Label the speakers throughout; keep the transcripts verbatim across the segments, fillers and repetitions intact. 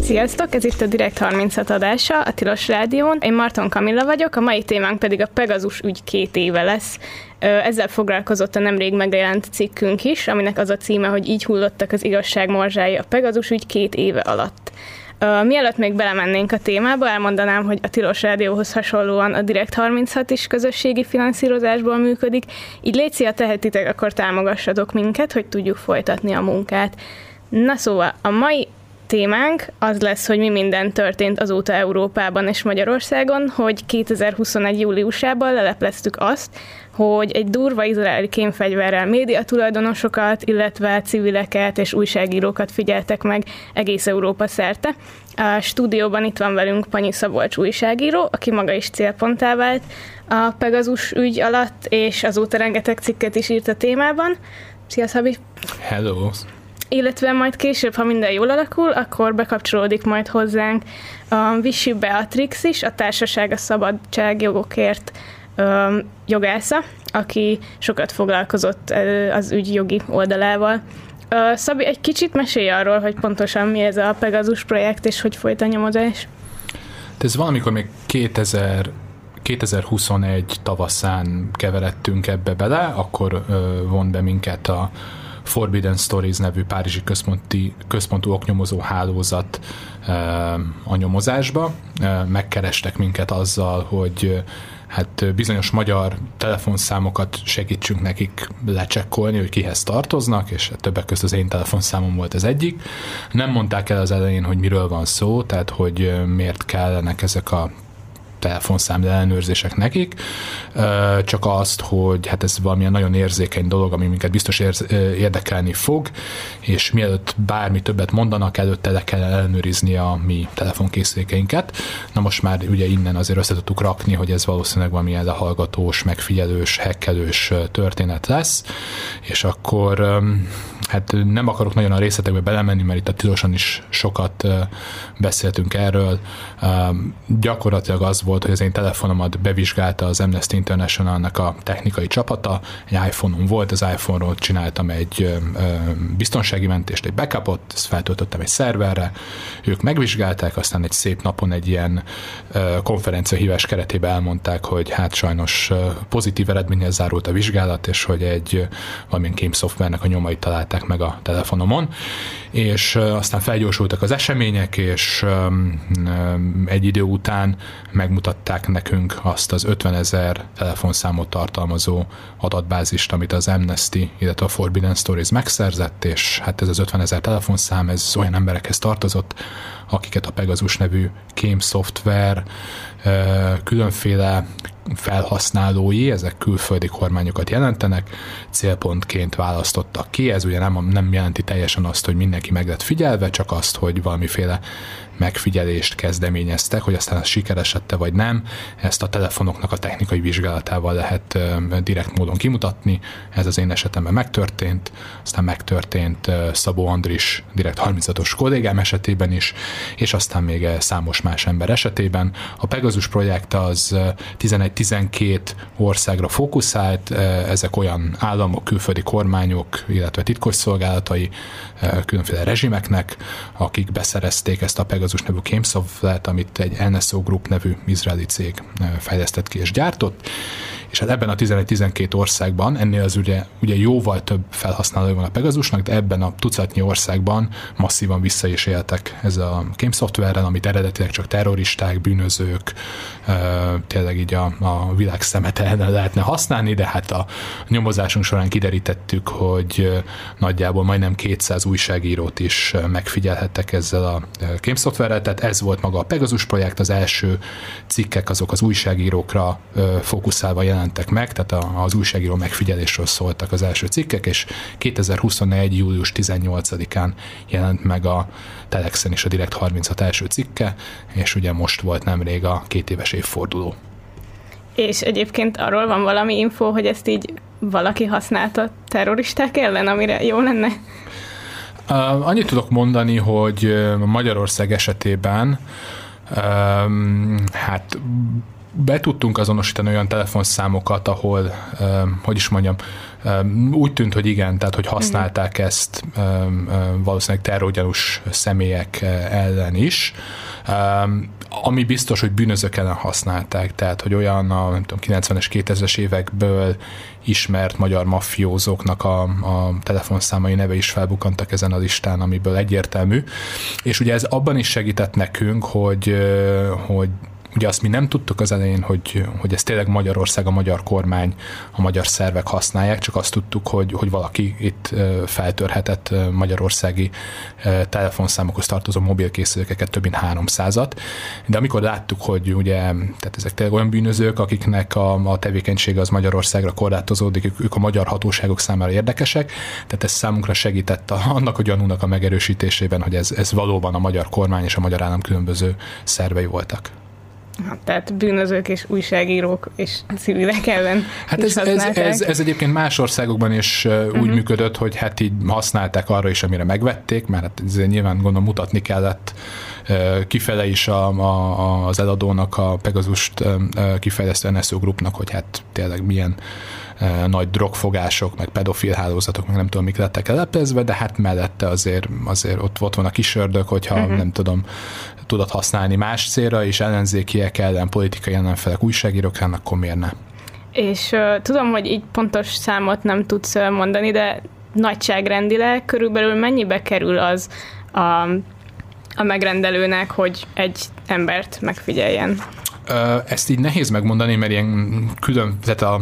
Speaker 1: Sziasztok, ez itt a Direkt harminchat adása, a Tilos Rádión. Én Marton Kamilla vagyok, a mai témánk pedig a Pegazus ügy két éve lesz. Ezzel foglalkozott a nemrég megjelent cikkünk is, aminek az a címe, hogy így hullottak az igazság morzsái a Pegazus ügy két éve alatt. Uh, mielőtt még belemennénk a témába, elmondanám, hogy a Tilos Rádióhoz hasonlóan a Direkt harminchat is közösségi finanszírozásból működik, így légy, ha tehetitek, akkor támogassatok minket, hogy tudjuk folytatni a munkát. Na szóval, a mai témánk az lesz, hogy mi minden történt azóta Európában és Magyarországon, hogy kétezer-huszonegy júliusában lelepleztük azt, hogy egy durva izraeli kémfegyverrel médiatulajdonosokat, illetve civileket és újságírókat figyeltek meg egész Európa szerte. A stúdióban itt van velünk Panyi Szabolcs újságíró, aki maga is célponttá vált a Pegazus ügy alatt, és azóta rengeteg cikket is írt a témában. Szia, Szabi!
Speaker 2: Hello!
Speaker 1: Illetve majd később, ha minden jól alakul, akkor bekapcsolódik majd hozzánk a Vissi Beatrix is, a Társaság a Szabadságjogokért jogásza, aki sokat foglalkozott az ügy jogi oldalával. Szabi, egy kicsit mesélj arról, hogy pontosan mi ez a Pegazus projekt, és hogy folyt a nyomozás.
Speaker 2: Ez valamikor még kétezer, kétezer-huszonegy tavaszán keveredtünk ebbe bele, akkor von be minket a Forbidden Stories nevű párizsi központi, központú oknyomozó hálózat a nyomozásba. Megkerestek minket azzal, hogy hát bizonyos magyar telefonszámokat segítsünk nekik lecsekkolni, hogy kihez tartoznak, és többek között az én telefonszámom volt az egyik. Nem mondták el az elején, hogy miről van szó, tehát hogy miért kellenek ezek a telefonszám ellenőrzések nekik, csak azt, hogy hát ez valamilyen nagyon érzékeny dolog, ami minket biztos érdekelni fog, és mielőtt bármi többet mondanak, előtte le kell ellenőrizni a mi telefonkészülékeinket. Na most már ugye innen azért össze tudtuk rakni, hogy ez valószínűleg valamilyen lehallgatós, megfigyelős, hekkelős történet lesz, és akkor hát nem akarok nagyon a részletekbe belemenni, mert itt a Tilosan is sokat beszéltünk erről. Gyakorlatilag az volt, hogy az én telefonomat bevizsgálta az Amnesty International-nak a technikai csapata, egy iPhone-on volt, az iPhone-ról csináltam egy biztonsági mentést, egy backupot, ezt feltöltöttem egy szerverre, ők megvizsgálták, aztán egy szép napon egy ilyen konferenciahívás keretében elmondták, hogy hát sajnos pozitív eredménnyel zárult a vizsgálat, és hogy egy valamilyen kém szoftvernek a nyomait találták meg a telefonomon, és aztán felgyorsultak az események, és egy idő után megmutatták nekünk azt az ötvenezer telefonszámot tartalmazó adatbázist, amit az Amnesty, illetve a Forbidden Stories megszerzett, és hát ez az ötvenezer telefonszám, ez olyan emberekhez tartozott, akiket a Pegasus nevű kém szoftver különféle felhasználói, ezek külföldi kormányokat jelentenek, célpontként választottak ki. Ez ugye nem, nem jelenti teljesen azt, hogy mindenki meg lett figyelve, csak azt, hogy valamiféle megfigyelést kezdeményeztek, hogy aztán ez sikeres lett vagy nem. Ezt a telefonoknak a technikai vizsgálatával lehet direkt módon kimutatni. Ez az én esetemben megtörtént, aztán megtörtént Szabó Andris Direkt harminchatos kollégám esetében is, és aztán még számos más ember esetében. A Pegasus projekt az tizenegy-tizenkét országra fókuszált, ezek olyan államok, külföldi kormányok, illetve titkosszolgálatai különféle rezsimeknek, akik beszerezték ezt a Pegasus nevű kémszoftvert, amit egy en es o Group nevű izraeli cég fejlesztett ki és gyártott, és hát ebben a tizenegy-tizenkét országban, ennél az ugye, ugye jóval több felhasználója van a Pegasusnak, de ebben a tucatnyi országban masszívan vissza is éltek ez a kémszoftverrel, amit eredetileg csak terroristák, bűnözők, tényleg így a, a világ szemet ellen lehetne használni, de hát a nyomozásunk során kiderítettük, hogy nagyjából majdnem kétszáz újságírót is megfigyelhettek ezzel a kémszoftverrel, tehát ez volt maga a Pegasus projekt, az első cikkek azok az újságírókra fókuszálva jelentek meg, tehát az újságíró megfigyelésről szóltak az első cikkek, és kétezer-huszonegy július tizennyolcadikán jelent meg a Telexen is a Direkt harminchat első cikke, és ugye most volt nemrég a két éves évforduló.
Speaker 1: És egyébként arról van valami info, hogy ezt így valaki használta terroristák ellen, amire jó lenne?
Speaker 2: Uh, annyit tudok mondani, hogy Magyarország esetében um, hát be tudtunk azonosítani olyan telefonszámokat, ahol, hogy is mondjam, úgy tűnt, hogy igen, tehát hogy használták uh-huh. ezt valószínűleg terrorgyanús személyek ellen is, ami biztos, hogy bűnözők ellen használták, tehát hogy olyan a nem tudom, kilencvenes, kétezres évekből ismert magyar maffiózóknak a, a telefonszámai neve is felbukkantak ezen a listán, amiből egyértelmű, és ugye ez abban is segített nekünk, hogy, hogy ugye azt mi nem tudtuk az elején, hogy, hogy ez tényleg Magyarország, a magyar kormány, a magyar szervek használják, csak azt tudtuk, hogy, hogy valaki itt feltörhetett magyarországi telefonszámokhoz tartozó mobilkészülékeket, több mint háromszázat. De amikor láttuk, hogy ugye, tehát ezek tényleg olyan bűnözők, akiknek a, a tevékenysége az Magyarországra korlátozódik, ők a magyar hatóságok számára érdekesek, tehát ez számunkra segített a, annak a gyanúnak a megerősítésében, hogy ez, ez valóban a magyar kormány és a magyar állam különböző szervei voltak.
Speaker 1: Tehát bűnözők és újságírók és civilek ellen
Speaker 2: hát ez, ez, ez, ez egyébként más országokban is uh-huh. úgy működött, hogy hát így használták arra is, amire megvették, mert hát ez nyilván gondolom mutatni kellett kifele is a, a, az eladónak, a Pegazust kifejlesztő en es o Groupnak, hogy hát tényleg milyen nagy drogfogások, meg pedofil hálózatok, meg nem tudom, mik lettek elepezve, de hát mellette azért, azért ott, ott van a kis ördög, hogyha uh-huh. nem tudom, tudod használni más célra, és ellenzékiek ellen, politikai ellenfelek, újságírók ellen, akkor miért ne?
Speaker 1: És uh, tudom, hogy így pontos számot nem tudsz mondani, de nagyságrendileg körülbelül mennyibe kerül az a, a megrendelőnek, hogy egy embert megfigyeljen?
Speaker 2: Ezt így nehéz megmondani, mert ilyen külön, tehát a,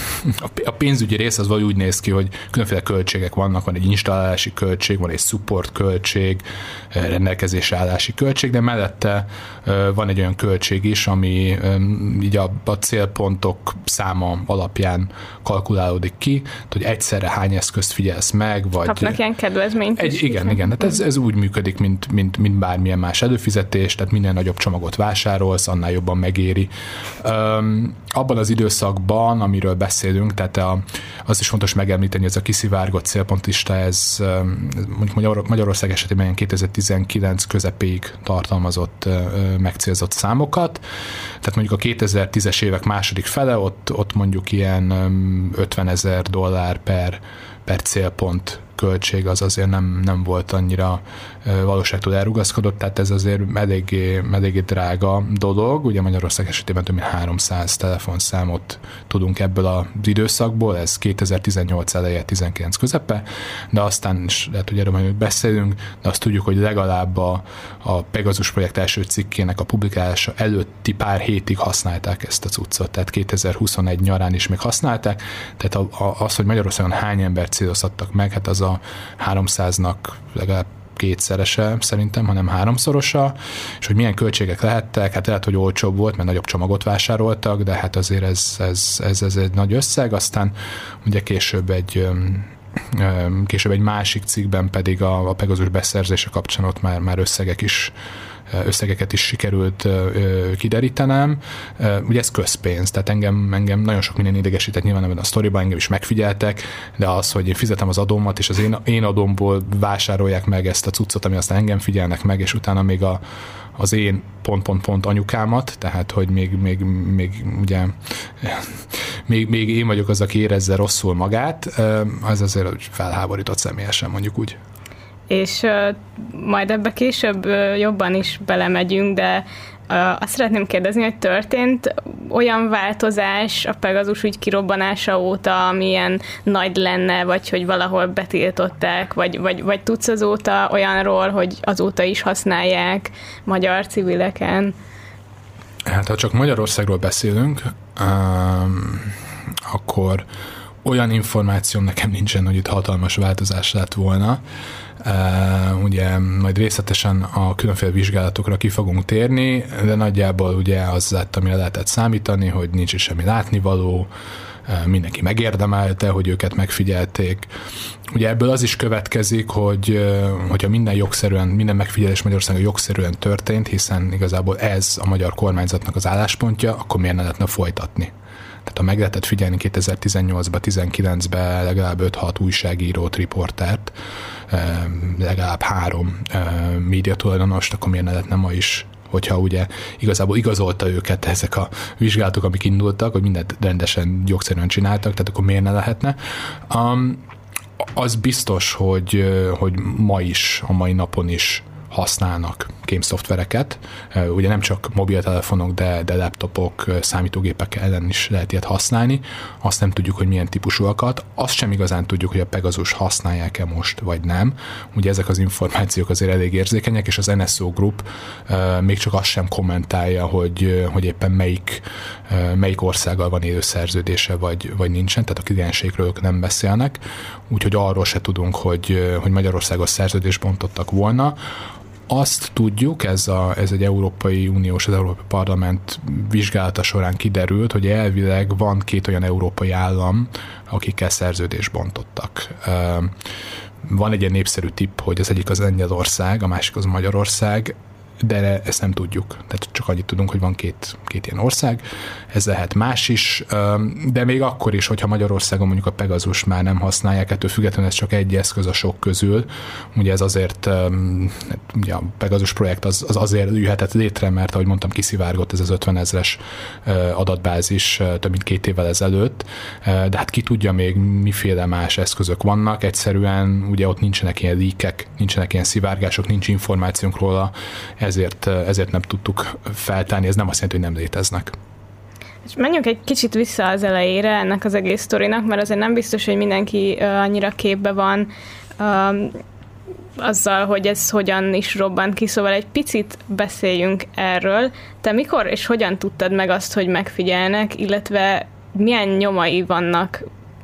Speaker 2: a pénzügyi rész az valahogy úgy néz ki, hogy különféle költségek vannak, van egy installálási költség, van egy support költség, rendelkezésre állási költség, de mellette van egy olyan költség is, ami így a, a célpontok száma alapján kalkulálódik ki, hogy egyszerre hány eszközt figyelsz meg, vagy...
Speaker 1: Kapnak ilyen kedvezményt
Speaker 2: egy,
Speaker 1: is.
Speaker 2: Igen, igen, tehát ez, ez úgy működik, mint, mint, mint bármilyen más előfizetés, tehát minél nagyobb csomagot vásárolsz, annál jobban megéri. Um, abban az időszakban, amiről beszélünk, tehát a, az is fontos megemlíteni, hogy ez a kiszivárgott célpontlista, ez mondjuk Magyarország esetében kétezer-tizenkilenc közepéig tartalmazott megcélzott számokat, tehát mondjuk a kétezer-tízes évek második fele, ott, ott mondjuk ilyen ötvenezer dollár per, per célpont költség az azért nem, nem volt annyira valóságtól elrugaszkodott, tehát ez azért eléggé, eléggé drága dolog. Ugye Magyarország esetében több mint háromszáz telefonszámot tudunk ebből az időszakból, ez kétezer-tizennyolc eleje, tizenkilenc közepe, de aztán is lehet, hogy erről majd beszélünk, de azt tudjuk, hogy legalább a, a Pegasus projekt első cikkének a publikálása előtti pár hétig használták ezt a cuccot, tehát kétezer-huszonegy nyarán is még használták, tehát a, a, az, hogy Magyarországon hány embert célozhattak meg, hát az a háromszáznak legalább kétszerese szerintem, hanem háromszorosa, és hogy milyen költségek lehettek, hát lehet, hogy olcsóbb volt, mert nagyobb csomagot vásároltak, de hát azért ez, ez, ez, ez egy nagy összeg, aztán ugye később egy később egy másik cikkben pedig a, a Pegasus beszerzése kapcsán ott már, már összegek is összegeket is sikerült kiderítenem. Ugye ez közpénz, tehát engem, engem nagyon sok minden idegesített nyilván ebben a sztoriban, engem is megfigyeltek, de az, hogy én fizetem az adómat, és az én, én adómból vásárolják meg ezt a cuccot, ami aztán engem figyelnek meg, és utána még a, az én pont-pont-pont anyukámat, tehát, hogy még, még, még ugye még, még én vagyok az, aki érezze rosszul magát, az azért felháborított személyesen, mondjuk úgy.
Speaker 1: És uh, majd ebbe később uh, jobban is belemegyünk, de uh, azt szeretném kérdezni, hogy történt olyan változás a Pegasus ügy kirobbanása óta, amilyen nagy lenne, vagy hogy valahol betiltották, vagy, vagy, vagy tudsz azóta olyanról, hogy azóta is használják magyar civileken?
Speaker 2: Hát ha csak Magyarországról beszélünk, um, akkor olyan információm nekem nincsen, hogy itt hatalmas változás lett volna. Uh, ugye majd részletesen a különféle vizsgálatokra ki fogunk térni, de nagyjából ugye az lett, amire lehetett számítani, hogy nincs is semmi látnivaló, uh, mindenki megérdemelte, hogy őket megfigyelték. Ugye ebből az is következik, hogy uh, hogyha minden jogszerűen, minden megfigyelés Magyarországon jogszerűen történt, hiszen igazából ez a magyar kormányzatnak az álláspontja, akkor miért ne lehetne folytatni? Tehát ha meg lehetett figyelni kétezer-tizennyolcban, tizenkilencben legalább öt-hat újságírót, riportert, legalább három médiatulajdonost, akkor miért ne lehetne ma is hogyha ugye igazából igazolta őket ezek a vizsgálatok, amik indultak, hogy mindent rendesen, jogszerűen csináltak, tehát akkor miért ne lehetne. Um, az biztos, hogy, hogy ma is, a mai napon is használnak kémszoftvereket. Ugye nem csak mobiltelefonok, de, de laptopok, számítógépek ellen is lehet ilyet használni. Azt nem tudjuk, hogy milyen típusúakat. Azt sem igazán tudjuk, hogy a Pegasus használják-e most, vagy nem. Ugye ezek az információk azért elég érzékenyek, és az en es o Group uh, még csak azt sem kommentálja, hogy, hogy éppen melyik, uh, melyik országgal van élő szerződése, vagy, vagy nincsen, tehát a klienségről ők nem beszélnek. Úgyhogy arról se tudunk, hogy, hogy Magyarországon szerződést bontottak volna. Azt tudjuk, ez, a, ez egy Európai Uniós, az Európai Parlament vizsgálata során kiderült, hogy elvileg van két olyan európai állam, akikkel szerződést bontottak. Van egy ilyen népszerű tipp, hogy az egyik az Lengyelország, a másik az Magyarország, de ezt nem tudjuk. Tehát csak annyit tudunk, hogy van két, két ilyen ország, ez lehet más is, de még akkor is, hogyha Magyarországon mondjuk a Pegasus már nem használják, ettől függetlenül ez csak egy eszköz a sok közül. Ugye ez azért, ugye a Pegasus projekt az, az azért jöhetett létre, mert ahogy mondtam, kiszivárgott ez az ötven ezres adatbázis több mint két évvel ezelőtt, de hát ki tudja még miféle más eszközök vannak, egyszerűen ugye ott nincsenek ilyen leakek, nincsenek ilyen szivárgások, nincs információnk róla, ezért, ezért nem tudtuk feltárni, ez nem azt jelenti, hogy nem léteznek.
Speaker 1: És menjünk egy kicsit vissza az elejére ennek az egész sztorinak, mert azért nem biztos, hogy mindenki uh, annyira képbe van uh, azzal, hogy ez hogyan is robbant ki, szóval egy picit beszéljünk erről. Te mikor és hogyan tudtad meg azt, hogy megfigyelnek, illetve milyen nyomai vannak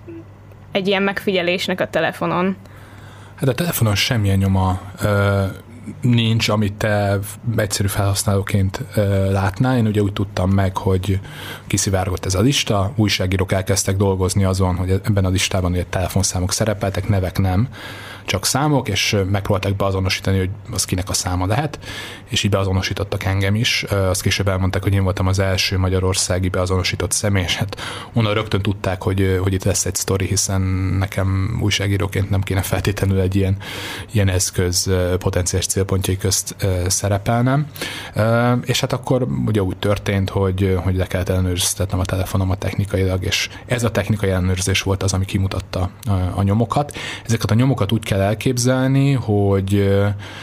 Speaker 1: egy ilyen megfigyelésnek a telefonon?
Speaker 2: Hát a telefonon semmilyen nyoma uh, nincs, amit te egyszerű felhasználóként uh, látnál. Én ugye úgy tudtam meg, hogy kiszivárgott ez a lista, újságírók elkezdtek dolgozni azon, hogy ebben a listában ugye telefonszámok szerepeltek, nevek nem, csak számok, és megpróbálták beazonosítani, hogy az kinek a száma lehet, és így beazonosítottak engem is. Azt később elmondták, hogy én voltam az első magyarországi beazonosított személy, és hát onnan rögtön tudták, hogy, hogy itt lesz egy sztori, hiszen nekem újságíróként nem kéne feltétlenül egy ilyen, ilyen eszköz potenciális célpontjai közt szerepelnem. És hát akkor ugye úgy történt, hogy, hogy le kellett ellenőriztetnem a telefonomat technikailag, és ez a technikai ellenőrzés volt az, ami kimutatta a, a nyomokat. Ezeket a nyomokat úgy kell elképzelni, hogy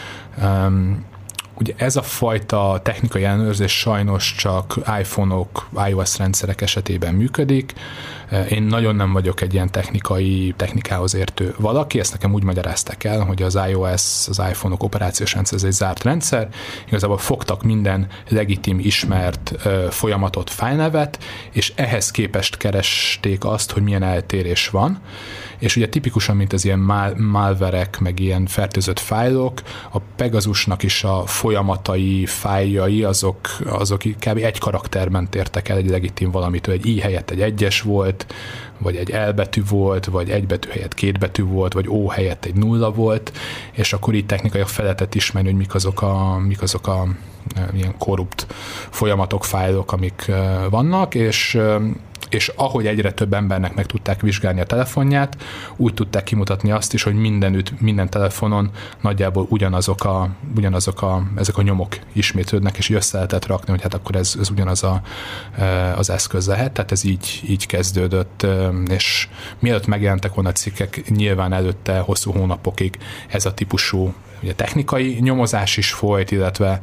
Speaker 2: um, ugye ez a fajta technikai ellenőrzés sajnos csak iPhone-ok, iOS rendszerek esetében működik. Én nagyon nem vagyok egy ilyen technikai, technikához értő valaki, ezt nekem úgy magyarázták el, hogy az iOS, az iPhone-ok operációs rendszer, ez egy zárt rendszer, igazából fogtak minden legitim, ismert uh, folyamatot, fájlnevet, és ehhez képest keresték azt, hogy milyen eltérés van, és ugye tipikusan, mint az ilyen mal- malverek, meg ilyen fertőzött fájlok, a Pegasusnak is a folyamatai, fájljai, azok, azok kb. Egy karakterben tértek el egy legitim valamitől, egy i helyett egy egyes volt, vagy egy L betű volt, vagy egy betű helyett két betű volt, vagy O helyett egy nulla volt, és akkor így technikailag fel lehetett ismerni, hogy mik azok a, mik azok a ilyen korrupt folyamatok, fájlok, amik vannak, és és ahogy egyre több embernek meg tudták vizsgálni a telefonját, úgy tudták kimutatni azt is, hogy mindenütt, minden telefonon nagyjából ugyanazok a, ugyanazok a, ezek a nyomok ismétlődnek, és így össze lehetett rakni, hogy hát akkor ez, ez ugyanaz a, az eszköz lehet, tehát ez így, így kezdődött, és mielőtt megjelentek volna a cikkek, nyilván előtte hosszú hónapokig ez a típusú ugye technikai nyomozás is folyt, illetve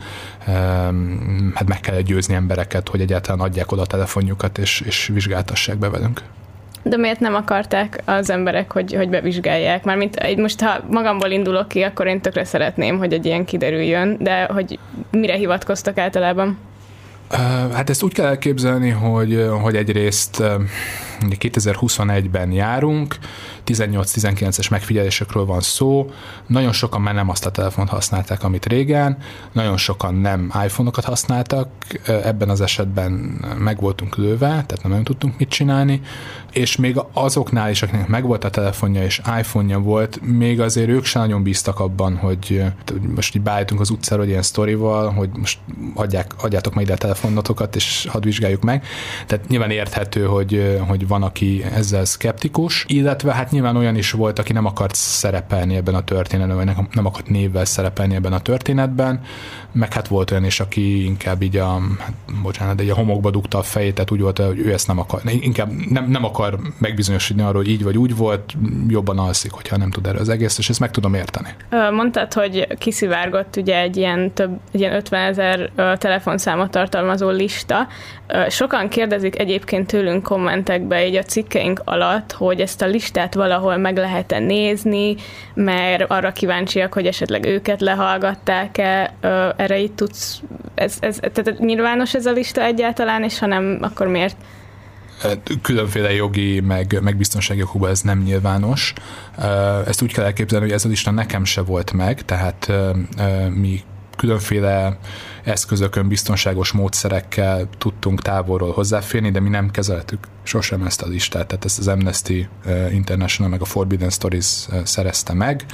Speaker 2: um, hát meg kell győzni embereket, hogy egyáltalán adják oda a telefonjukat, és, és vizsgáltassák be velünk.
Speaker 1: De miért nem akarták az emberek, hogy, hogy bevizsgálják? Mármint most, ha magamból indulok ki, akkor én tökre szeretném, hogy egy ilyen kiderüljön, de hogy mire hivatkoztak általában?
Speaker 2: Hát ezt úgy kell elképzelni, hogy, hogy egyrészt kétezer-huszonegyben járunk, tizennyolc-tizenkilences megfigyelésekről van szó, nagyon sokan már nem azt a telefont használták, amit régen, nagyon sokan nem iPhone-okat használtak, ebben az esetben meg voltunk lőve, tehát nem nagyon tudtunk mit csinálni, és még azoknál is, akiknek megvolt a telefonja és iPhone-ja volt, még azért ők sem nagyon bíztak abban, hogy most így beállítunk az utcára egy ilyen sztorival, hogy most adják, adjátok majd ide a telefonotokat, és hadd vizsgáljuk meg. Tehát nyilván érthető, hogy, hogy hogy van, aki ezzel szkeptikus, illetve hát nyilván olyan is volt, aki nem akart szerepelni ebben a történetben, vagy nem akart névvel szerepelni ebben a történetben, meg hát volt olyan is, aki inkább így a, hát, bocsánat, de így a homokba dugta a fejét, tehát úgy volt, hogy ő ezt nem akar, inkább nem, nem akar megbizonyosodni arról, hogy így vagy úgy volt, jobban alszik, hogyha nem tud erről az egész, és ezt meg tudom érteni.
Speaker 1: Mondtad, hogy kiszivárgott ugye egy ilyen több, egy ilyen ötvenezer telefonszámot tartalmazó lista. Sokan kérdezik egyébként tőlünk kommentekbe így a cikkeink alatt, hogy ezt a listát valahol meg lehet-e nézni, mert arra kíváncsiak, hogy esetleg őket lehallgatták-e, erre itt tudsz, ez, ez, tehát nyilvános ez a lista egyáltalán, és ha nem, akkor miért?
Speaker 2: Különféle jogi, meg, meg biztonsági okokból ez nem nyilvános. Ezt úgy kell elképzelni, hogy ez a lista nekem se volt meg, tehát mi különféle eszközökön, biztonságos módszerekkel tudtunk távolról hozzáférni, de mi nem kezeltük sosem ezt a listát, tehát ezt az Amnesty International meg a Forbidden Stories szerezte meg.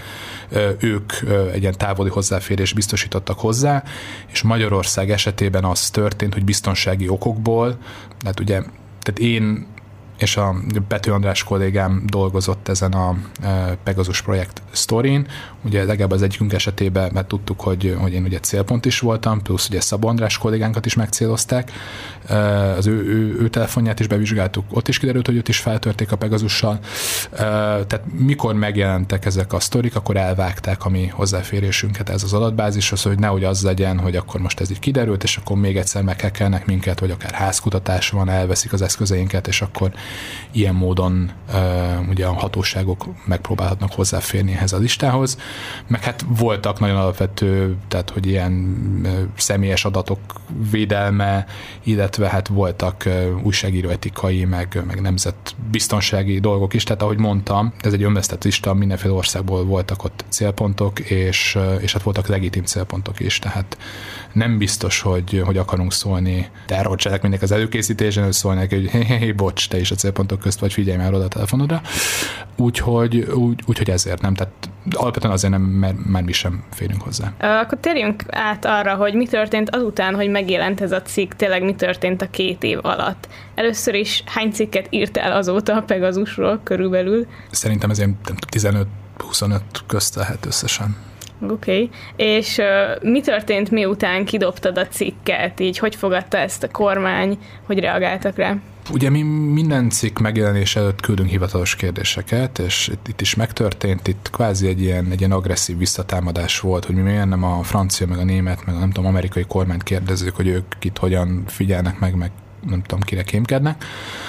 Speaker 2: Ők egy ilyen távoli hozzáférést biztosítottak hozzá, és Magyarország esetében az történt, hogy biztonsági okokból, tehát ugye, tehát én és a Pető András kollégám dolgozott ezen a Pegasus projekt sztorin. Ugye legalább az egyikünk esetében, mert tudtuk, hogy, hogy én ugye célpont is voltam, plusz ugye Szabó András kollégánkat is megcélozták. Az ő, ő, ő telefonját is bevizsgáltuk, ott is kiderült, hogy őt is feltörték a Pegasussal. Tehát mikor megjelentek ezek a sztorik, akkor elvágták a mi hozzáférésünket ez az adatbázishoz, hogy nehogy az legyen, hogy akkor most ez így kiderült, és akkor még egyszer meghekkelnek minket, vagy akár házkutatás van, elveszik az eszközeinket, és akkor ilyen módon uh, ugye a hatóságok megpróbálhatnak hozzáférni ehhez a listához. Meg hát voltak nagyon alapvető, tehát hogy ilyen uh, személyes adatok védelme, illetve hát voltak uh, újságíró etikai, meg, meg nemzetbiztonsági dolgok is, tehát ahogy mondtam, ez egy önvesztett lista, mindenféle országból voltak ott célpontok, és, uh, és hát voltak legitim célpontok is, tehát nem biztos, hogy, hogy akarunk szólni terrorcselekménynek az előkészítésen, hogy szólni neki, hogy hé, hé, hé, bocs, te is a célpontok közt vagy, figyelj már oda a telefonodra. Úgyhogy úgy, úgy, ezért nem. Tehát alapvetően azért nem, mert már mi sem férünk hozzá.
Speaker 1: Akkor térjünk át arra, hogy mi történt azután, hogy megjelent ez a cikk, tényleg mi történt a két év alatt. Először is hány cikket írtál azóta a Pegasusról körülbelül?
Speaker 2: Szerintem ez ilyen tizenöt-huszonöt közt lehet összesen.
Speaker 1: Oké. Okay. És uh, mi történt, miután kidobtad a cikket? Így hogy fogadta ezt a kormány? Hogy reagáltak rá?
Speaker 2: Ugye mi minden cikk megjelenés előtt küldünk hivatalos kérdéseket, és itt, itt is megtörtént, itt kvázi egy ilyen, egy ilyen agresszív visszatámadás volt, hogy mi miért nem a francia, meg a német, meg a nem tudom, amerikai kormányt kérdezzük, hogy ők itt hogyan figyelnek meg, meg nem tudom, kire kémkednek.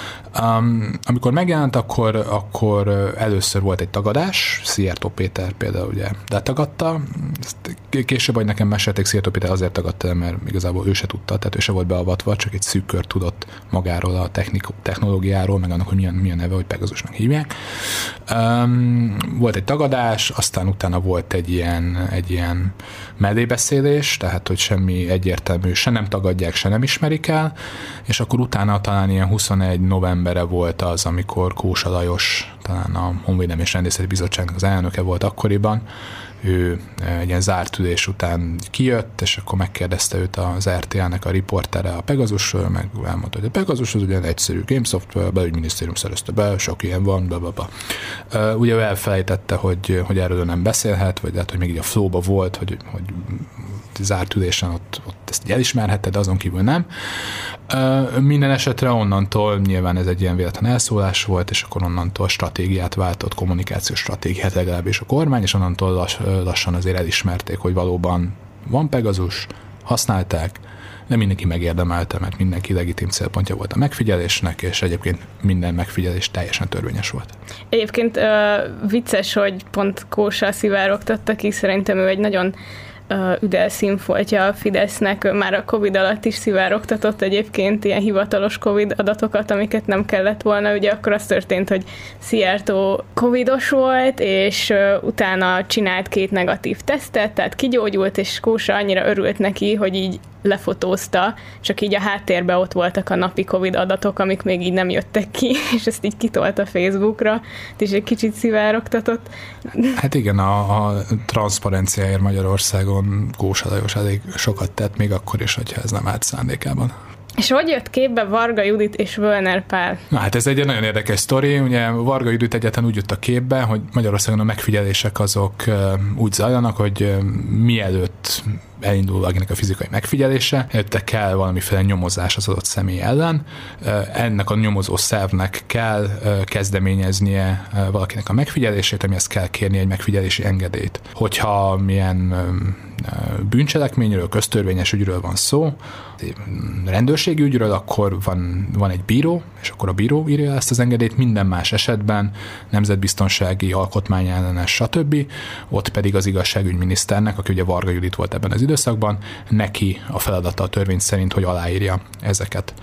Speaker 2: Um, amikor megjelent, akkor, akkor először volt egy tagadás, Szijjártó Péter például ugye letagadta, ezt később, hogy nekem mesélték, Szijjártó Péter azért tagadta, mert igazából ő se tudta, tehát ő se volt beavatva, csak egy szűk kör tudott magáról a technik, technológiáról, meg annak, hogy milyen, milyen neve, hogy Pegasusnak hívják. Um, volt egy tagadás, aztán utána volt egy ilyen, egy ilyen mellébeszélés, tehát hogy semmi egyértelmű, se nem tagadják, se nem ismerik el, és akkor utána talán ilyen huszonegy novembere volt az, amikor Kósa Lajos, talán a Honvédelmi és Rendészeti Bizottságnak az elnöke volt akkoriban, ő egy ilyen zárt ülés után kijött, és akkor megkérdezte őt az er té á-nek a riportere a Pegasusról, meg elmondta, hogy a Pegasus az ugye egyszerű game software, belügyminisztérium szerezte be, sok ilyen van, blablabla. Uh, ugye ő elfelejtette, hogy, hogy erről nem beszélhet, vagy lehet, hogy még így a flow-ba volt, hogy, hogy zárt ülésen ott, ott ezt így elismerhette, de azon kívül nem. Uh, minden esetre onnantól nyilván ez egy ilyen véletlen elszólás volt, és akkor onnantól stratégiát váltott, kommunikációs stratégiát legalábbis a kormány, és onnantól lass, lassan azért elismerték, hogy valóban van Pegasus, használták, de mindenki megérdemelte, mert mindenki legitim célpontja volt a megfigyelésnek, és egyébként minden megfigyelés teljesen törvényes volt.
Speaker 1: Egyébként uh, vicces, hogy pont Kósa szivárogtatta ki, szerintem ő egy nagyon Uh, üdel színfoltja a Fidesznek, már a Covid alatt is szivárogtatott egyébként ilyen hivatalos Covid adatokat, amiket nem kellett volna. Ugye akkor az történt, hogy Szijjártó Covidos volt, és uh, utána csinált két negatív tesztet, tehát kigyógyult, és Kósa annyira örült neki, hogy így lefotózta, csak így a háttérben ott voltak a napi Covid adatok, amik még így nem jöttek ki, és ezt így kitolta Facebookra, és egy kicsit szivárogtatott.
Speaker 2: Hát igen, a, a transzparenciáért Magyarországon Kósa Lajos elég sokat tett, még akkor is, hogyha ez nem állt szándékában.
Speaker 1: És hogy jött képbe Varga Judit és Völner Pál?
Speaker 2: Na hát ez egy nagyon érdekes sztori. Ugye Varga Judit egyáltalán úgy jött a képbe, hogy Magyarországon a megfigyelések azok úgy zajlanak, hogy mielőtt elindul valakinek a fizikai megfigyelése, előtte kell valamiféle nyomozás az adott személy ellen. Ennek a nyomozó szervnek kell kezdeményeznie valakinek a megfigyelését, amihez kell kérni egy megfigyelési engedélyt. Hogyha milyen bűncselekményről, köztörvényes ügyről van szó, rendőrségi ügyről, akkor van, van egy bíró, és akkor a bíró írja ezt az engedélyt, minden más esetben nemzetbiztonsági, alkotmányellenes, stb. Ott pedig az igazságügyminiszternek, aki ugye Varga Judit volt ebben az időszakban, neki a feladata a törvény szerint, hogy aláírja ezeket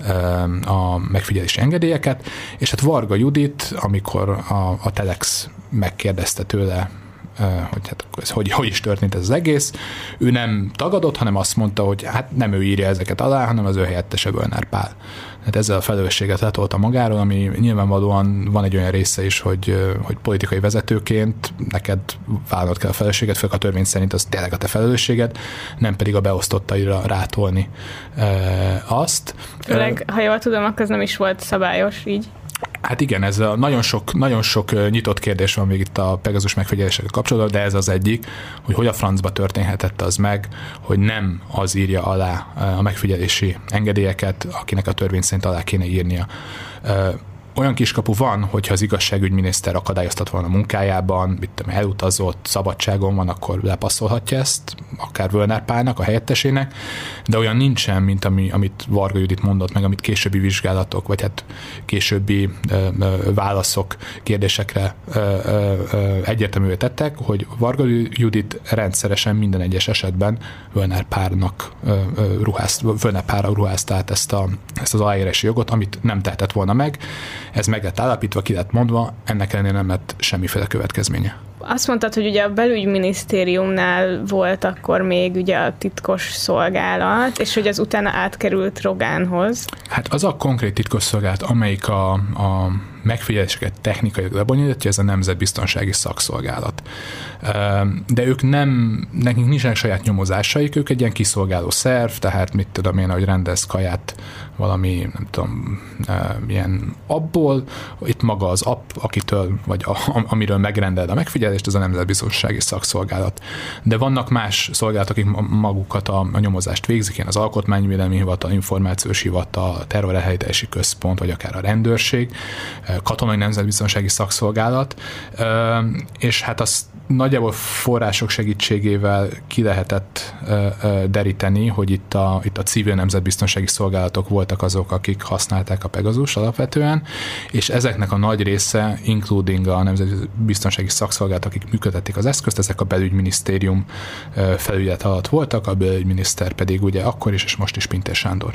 Speaker 2: a megfigyelési engedélyeket, és hát Varga Judit, amikor a, a Telex megkérdezte tőle, hogy hát ez hogy, hogy is történt ez az egész. Ő nem tagadott, hanem azt mondta, hogy hát nem ő írja ezeket alá, hanem az ő helyettese Völner Pál. Hát ezzel a felelősséget letolta magáról, ami nyilvánvalóan van egy olyan része is, hogy, hogy politikai vezetőként neked vállalnod kell a felelősséget, főleg a törvény szerint az tényleg a te felelősséged, nem pedig a beosztottaira rátolni e, azt.
Speaker 1: Főleg, ha jól tudom, akkor ez nem is volt szabályos így.
Speaker 2: Hát igen, ez a nagyon sok, nagyon sok nyitott kérdés van még itt a Pegazus megfigyelésekkel kapcsolatban, de ez az egyik, hogy hogy a francba történhetett az meg, hogy nem az írja alá a megfigyelési engedélyeket, akinek a törvény szerint alá kéne írnia. Olyan kiskapu van, hogyha az igazságügyminiszter akadályoztat volna a munkájában, mit tudom, elutazott, szabadságon van, akkor lepasszolhatja ezt, akár Völner Pálnak, a helyettesének, de olyan nincsen, mint ami, amit Varga Judit mondott, meg amit későbbi vizsgálatok, vagy hát későbbi ö, ö, válaszok kérdésekre ö, ö, ö, egyértelművé tettek, hogy Varga Judit rendszeresen minden egyes esetben Völner Pálnak ö, ö, ruházt, Völner Pálra ruházta át ezt, a, ezt az aláírási jogot, amit nem tehetett volna meg. Ez meg lett állapítva, ki lett mondva, ennek ellenére nem lett semmiféle következménye.
Speaker 1: Azt mondtad, hogy ugye a belügyminisztériumnál volt akkor még ugye a titkos szolgálat, és hogy az utána átkerült Rogánhoz.
Speaker 2: Hát az a konkrét titkos szolgálat, amelyik a, a megfigyeléseket technikai lebonyolítja, ez a Nemzetbiztonsági Szakszolgálat. De ők nem, nekik nincsenek saját nyomozásaik, ők egy ilyen kiszolgáló szerv, tehát mit tudom én, hogy rendez kaját valami, nem tudom, ilyen appból, itt maga az app, akitől, vagy a, amiről megrendeled a megfigyelést, ez a Nemzetbiztonsági Szakszolgálat. De vannak más szolgálatok, akik magukat a, a nyomozást végzik, ilyen az Alkotmányvédelmi Hivatal, Információs Hivatal, Terrorelhárítási Központ, vagy akár a rendőrség, Katonai Nemzetbiztonsági Szakszolgálat, és hát azt nagyjából források segítségével ki lehetett deríteni, hogy itt a, itt a civil nemzetbiztonsági szolgálatok voltak azok, akik használták a Pegasus alapvetően, és ezeknek a nagy része, including a nemzetbiztonsági szakszolgálatok, akik működtették az eszközt, ezek a belügyminisztérium felügyelet alatt voltak, a belügyminiszter pedig ugye akkor is, és most is Pintér Sándor.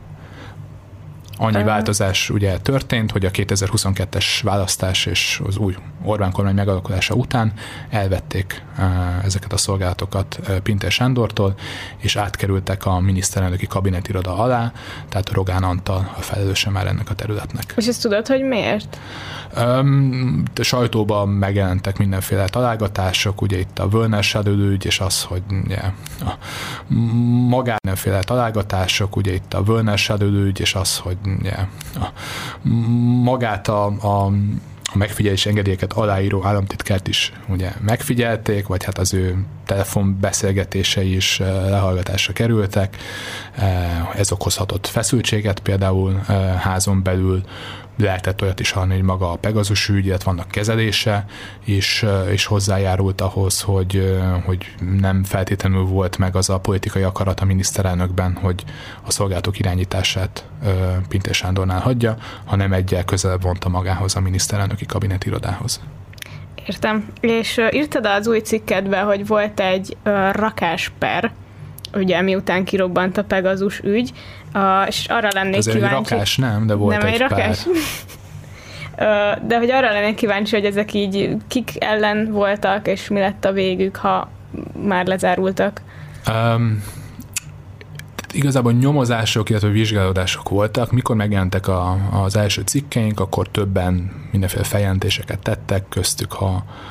Speaker 2: Annyi változás ugye történt, hogy a kétezer-huszonkettes választás és az új Orbán kormány megalakulása után elvették ezeket a szolgálatokat Pintér Sándortól, és átkerültek a miniszterelnöki kabinetiroda alá, tehát Rogán Antal a felelőse már ennek a területnek.
Speaker 1: És ezt tudod, hogy miért?
Speaker 2: Um, sajtóban megjelentek mindenféle találgatások, ugye itt a Völner ügy, és az, hogy ugye, a magán mindenféle találgatások, ugye itt a Völner ügy, és az, hogy ugye, a, magát a, a a megfigyelési engedélyeket aláíró államtitkárt is ugye megfigyelték, vagy hát az ő telefonbeszélgetései is lehallgatásra kerültek. Ez okozhatott feszültséget például házon belül, lehetett olyat is hallani, hogy maga a Pegasus ügy, illetve vannak kezelése, és, és hozzájárult ahhoz, hogy, hogy nem feltétlenül volt meg az a politikai akarat a miniszterelnökben, hogy a szolgálatok irányítását Pintér Sándornál hagyja, hanem egyel közelebb vonta magához a miniszterelnöki kabinetirodához.
Speaker 1: Értem. És uh, írtad az új cikkedbe, hogy volt egy uh, rakásper, ugye miután kirobbant a Pegasus ügy, uh, és arra lennék
Speaker 2: ez
Speaker 1: kíváncsi...
Speaker 2: Ez egy rakás nem, de volt
Speaker 1: nem
Speaker 2: egy,
Speaker 1: egy rakás? Pár. uh, de hogy arra lennék kíváncsi, hogy ezek így kik ellen voltak, és mi lett a végük, ha már lezárultak? Um,
Speaker 2: igazából nyomozások, illetve vizsgálódások voltak. Mikor megjelentek a, az első cikkeink, akkor többen mindenféle feljelentéseket tettek, köztük, ha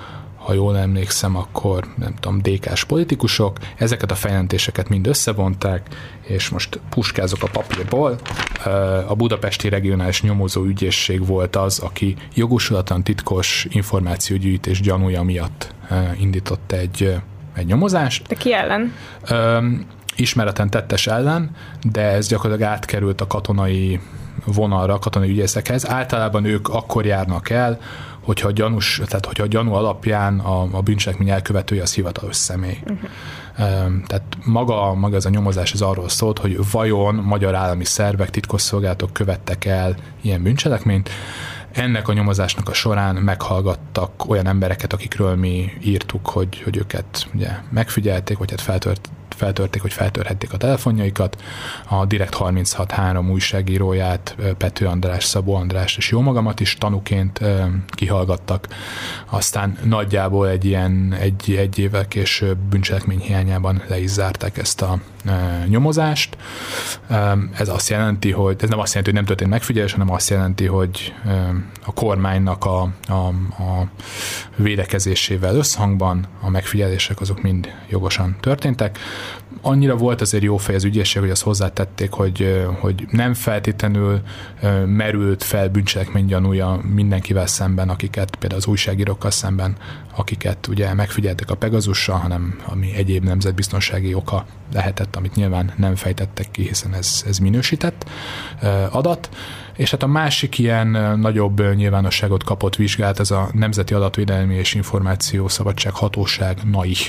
Speaker 2: ha jól emlékszem, akkor nem tudom, dé ká-s politikusok, ezeket a feljelentéseket mind összevonták, és most puskázok a papírból. A Budapesti Regionális Nyomozó Ügyészség volt az, aki jogosulatlan titkos információgyűjtés gyanúja miatt indított egy, egy nyomozást.
Speaker 1: De ki ellen?
Speaker 2: Ismeretlen tettes ellen, de ez gyakorlatilag átkerült a katonai vonalra, a katonai ügyészekhez. Általában ők akkor járnak el, hogyha a, gyanús, tehát hogyha a gyanú alapján a, a bűncselekmény elkövetője az hivatalos személy. Uh-huh. Tehát maga, maga ez a nyomozás az arról szólt, hogy vajon magyar állami szervek, titkosszolgálatok követtek el ilyen bűncselekményt. Ennek a nyomozásnak a során meghallgattak olyan embereket, akikről mi írtuk, hogy, hogy őket ugye megfigyelték, vagy hát feltört, feltörték, hogy feltörhették a telefonjaikat. A Direkt harminchat három újságíróját, Pető András, Szabó András és jó magamat is tanúként kihallgattak. Aztán nagyjából egy ilyen egy, egy évvel később bűncselekmény hiányában le is zárták ezt a nyomozást. Ez azt jelenti, hogy ez nem azt jelenti, hogy nem történt megfigyelés, hanem azt jelenti, hogy a kormánynak a, a, a védekezésével összhangban a megfigyelések azok mind jogosan történtek. Annyira volt azért jó fej az ügyészség, hogy azt hozzátették, hogy, hogy nem feltétlenül merült fel bűncselekmény gyanúja mindenkivel szemben, akiket például az újságírókkal szemben, akiket ugye megfigyeltek a Pegazussal, hanem ami egyéb nemzetbiztonsági oka lehetett, amit nyilván nem fejtettek ki, hiszen ez, ez minősített adat. És hát a másik ilyen nagyobb nyilvánosságot kapott vizsgálat, ez a Nemzeti Adatvédelmi és Információszabadság Hatóság en á i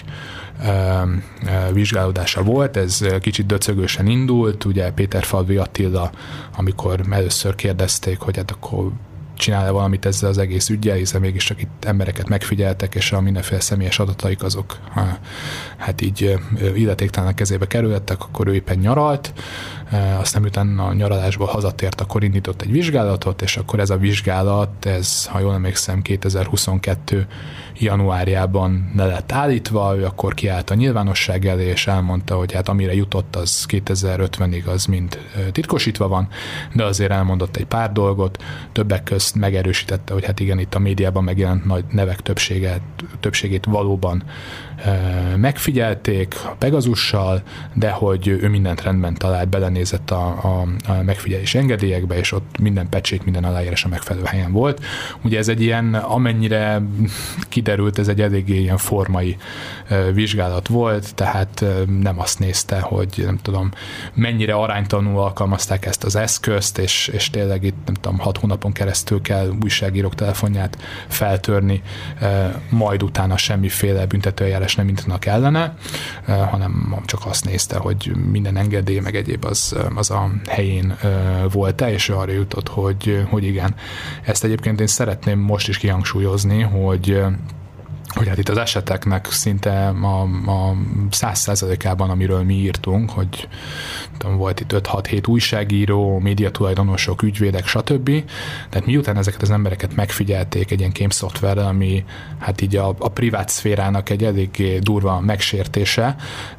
Speaker 2: vizsgálódása volt. Ez kicsit döcögősen indult, ugye Péterfalvi Attila, amikor először kérdezték, hogy hát akkor csinál-e valamit ezzel az egész üggyel, hiszen mégis csak itt embereket megfigyeltek, és a mindenféle személyes adataik azok hát így illetéktelenek kezébe kerültek, akkor ő éppen nyaralt, aztán utána a nyaralásból hazatért, akkor indított egy vizsgálatot, és akkor ez a vizsgálat, ez, ha jól emlékszem, kétezer-huszonkettő januárjában le lett állítva, ő akkor kiállt a nyilvánosság elé, és elmondta, hogy hát amire jutott, az kétezer-ötvenig az mind titkosítva van, de azért elmondott egy pár dolgot, többek közt megerősítette, hogy hát igen, itt a médiában megjelent nagy nevek többséget, többségét valóban e, megfigyelték a Pegazussal, de hogy ő mindent rendben talált, belenézett a, a, a megfigyelés engedélyekbe, és ott minden pecsét, minden aláírás a megfelelő helyen volt. Ugye ez egy ilyen, amennyire kiderült, ez egy eléggé ilyen formai e, vizsgálat volt, tehát e, nem azt nézte, hogy nem tudom, mennyire aránytalanul alkalmazták ezt az eszközt, és, és tényleg itt nem tudom, hat hónapon keresztül kell újságírók telefonját feltörni, majd utána semmiféle büntetőeljárás nem indítanak ellene, hanem csak azt nézte, hogy minden engedély meg egyéb az, az a helyén volt-e, és arra jutott, hogy, hogy igen. Ezt egyébként én szeretném most is kihangsúlyozni, hogy hogy hát itt az eseteknek szinte a, a száz százalékában, amiről mi írtunk, hogy tudom, volt itt öt-hat-hét újságíró, médiatulajdonosok, ügyvédek, stb. Tehát miután ezeket az embereket megfigyelték egy ilyen kémszoftverrel, ami hát így a, a privát szférának egy eléggé durva megsértése,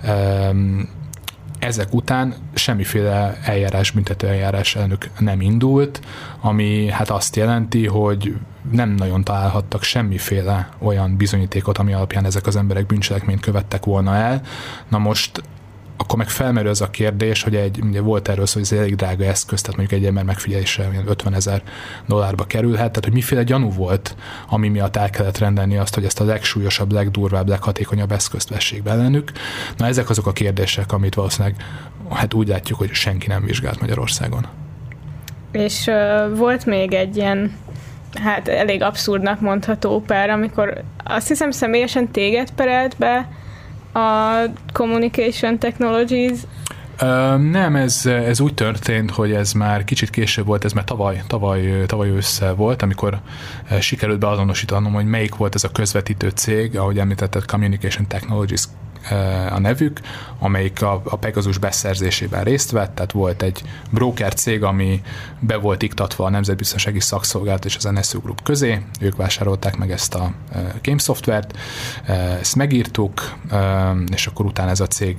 Speaker 2: ezek után semmiféle eljárás, büntető eljárás elnök nem indult, ami hát azt jelenti, hogy nem nagyon találhattak semmiféle olyan bizonyítékot, ami alapján ezek az emberek bűncselekményt követtek volna el. Na most akkor meg felmerül az a kérdés, hogy egy, ugye volt erről szó, hogy ez egy elég drága eszköz, tehát mondjuk egy ember megfigyelése ötvenezer dollárba kerülhet, tehát hogy miféle gyanú volt, ami miatt el kellett rendelni azt, hogy ezt a legsúlyosabb, legdurvább, leghatékonyabb eszközt vessék be ellenük. Na ezek azok a kérdések, amit valószínűleg hát úgy látjuk, hogy senki nem vizsgált Magyarországon.
Speaker 1: És uh, volt még egy ilyen hát elég abszurdnak mondható per, amikor azt hiszem személyesen téged perelt be a Communication Technologies.
Speaker 2: Uh, nem, ez, ez úgy történt, hogy ez már kicsit később volt, ez már tavaly, tavaly, tavaly ősszel volt, amikor sikerült beazonosítanom, hogy melyik volt ez a közvetítő cég, ahogy említetted, Communication Technologies a nevük, amelyik a, a Pegasus beszerzésében részt vett, tehát volt egy broker cég, ami be volt iktatva a Nemzetbiztonsági Szakszolgálat és az en es u Group közé, ők vásárolták meg ezt a game szoftvert, ezt megírtuk, és akkor utána ez a cég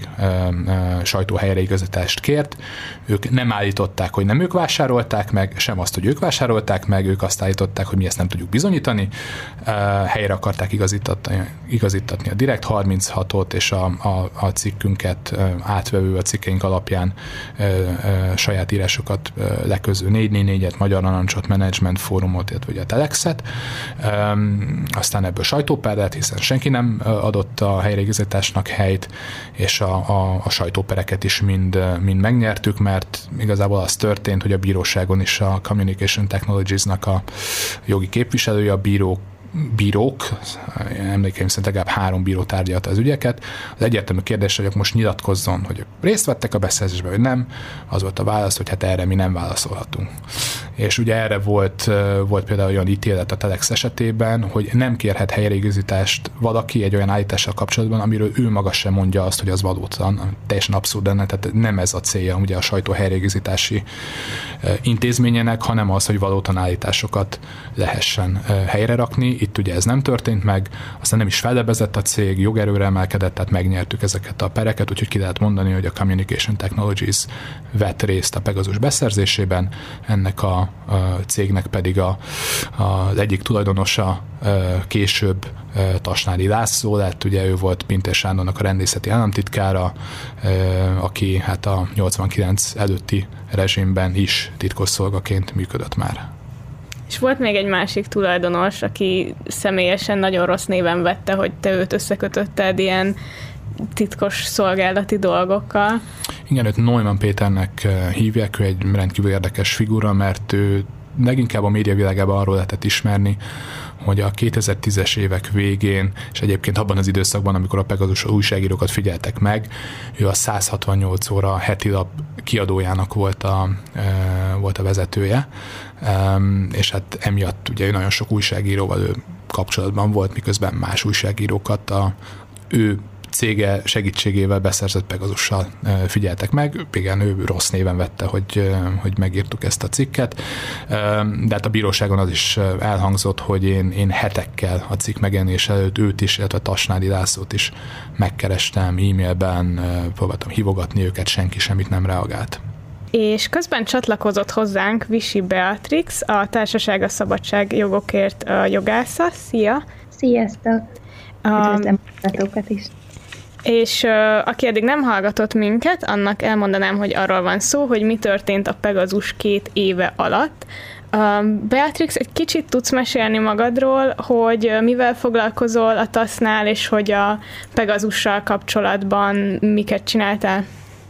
Speaker 2: sajtóhelyreigazítást kért. Ők nem állították, hogy nem ők vásárolták meg, sem azt, hogy ők vásárolták meg, ők azt állították, hogy mi ezt nem tudjuk bizonyítani. Helyre akarták igazítatni, igazítatni a Direkt harminchatot, és a, a, a cikkünket átvevő, a cikkeink alapján ö, ö, saját írásokat ö, leköző négy négy négyet, Magyar Narancsot, Management Fórumot, illetve a Telexet. Üm, aztán ebből sajtóper lett, hiszen senki nem adott a helyreigazításnak helyt, és a, a, a sajtópereket is mind, mind megnyertük, mert igazából az történt, hogy a bíróságon is a Communication Technologies-nak a jogi képviselője, a bírók bírók, emlékeim szerint legalább három bíró tárgyalta az ügyeket. Az egyértelmű kérdés, hogy most nyilatkozzon, hogy részt vettek a beszerzésbe, vagy nem. Az volt a válasz, hogy hát erre mi nem válaszolhatunk. És ugye erre volt, volt például olyan ítélet a Telex esetében, hogy nem kérhet helyreigazítást valaki egy olyan állítással kapcsolatban, amiről ő maga sem mondja azt, hogy az valótlan. Teljesen abszurd lenne, tehát nem ez a célja ugye a sajtó helyreigazítási intézményének, hanem az, hogy valótlan állításokat lehessen helyre rakni. Itt ugye ez nem történt meg, aztán nem is fellebezett a cég, jogerőre emelkedett, tehát megnyertük ezeket a pereket, úgyhogy ki lehet mondani, hogy a Communication Technologies vett részt a Pegasus beszerzésében, ennek a, a cégnek pedig a, a, az egyik tulajdonosa később Tasnádi László lett, ugye ő volt Pintér Sándornak a rendészeti államtitkára, aki hát a nyolcvankilenc előtti rezsimben is titkosszolgaként működött már.
Speaker 1: És volt még egy másik tulajdonos, aki személyesen nagyon rossz néven vette, hogy te őt összekötötted ilyen titkos szolgálati dolgokkal.
Speaker 2: Igen, őt Neumann Péternek hívják, ő egy rendkívül érdekes figura, mert ő leginkább a médiavilágában arról lehetett ismerni, hogy a kétezer-tízes évek végén, és egyébként abban az időszakban, amikor a Pegasus újságírókat figyeltek meg, ő a száz hatvannyolc óra heti lap kiadójának volt a, volt a vezetője, és hát emiatt ugye ő nagyon sok újságíróval ő kapcsolatban volt, miközben más újságírókat a ő cége segítségével beszerzett Pegasussal figyeltek meg. Igen, ő rossz néven vette, hogy, hogy megírtuk ezt a cikket, de hát a bíróságon az is elhangzott, hogy én, én hetekkel a cikk megjelenése előtt őt is, illetve Tasnádi Lászlót is megkerestem e-mailben, próbáltam hívogatni őket, senki semmit nem reagált.
Speaker 1: És közben csatlakozott hozzánk Visi Beatrix, a Társaság a Szabadság Jogokért a jogásza. Szia!
Speaker 3: Sziasztok! Üdvözlöm a is!
Speaker 1: És uh, aki eddig nem hallgatott minket, annak elmondanám, hogy arról van szó, hogy mi történt a Pegasus két éve alatt. Uh, Beatrix, egy kicsit tudsz mesélni magadról, hogy uh, mivel foglalkozol a tasznál, és hogy a Pegasussal kapcsolatban miket csináltál?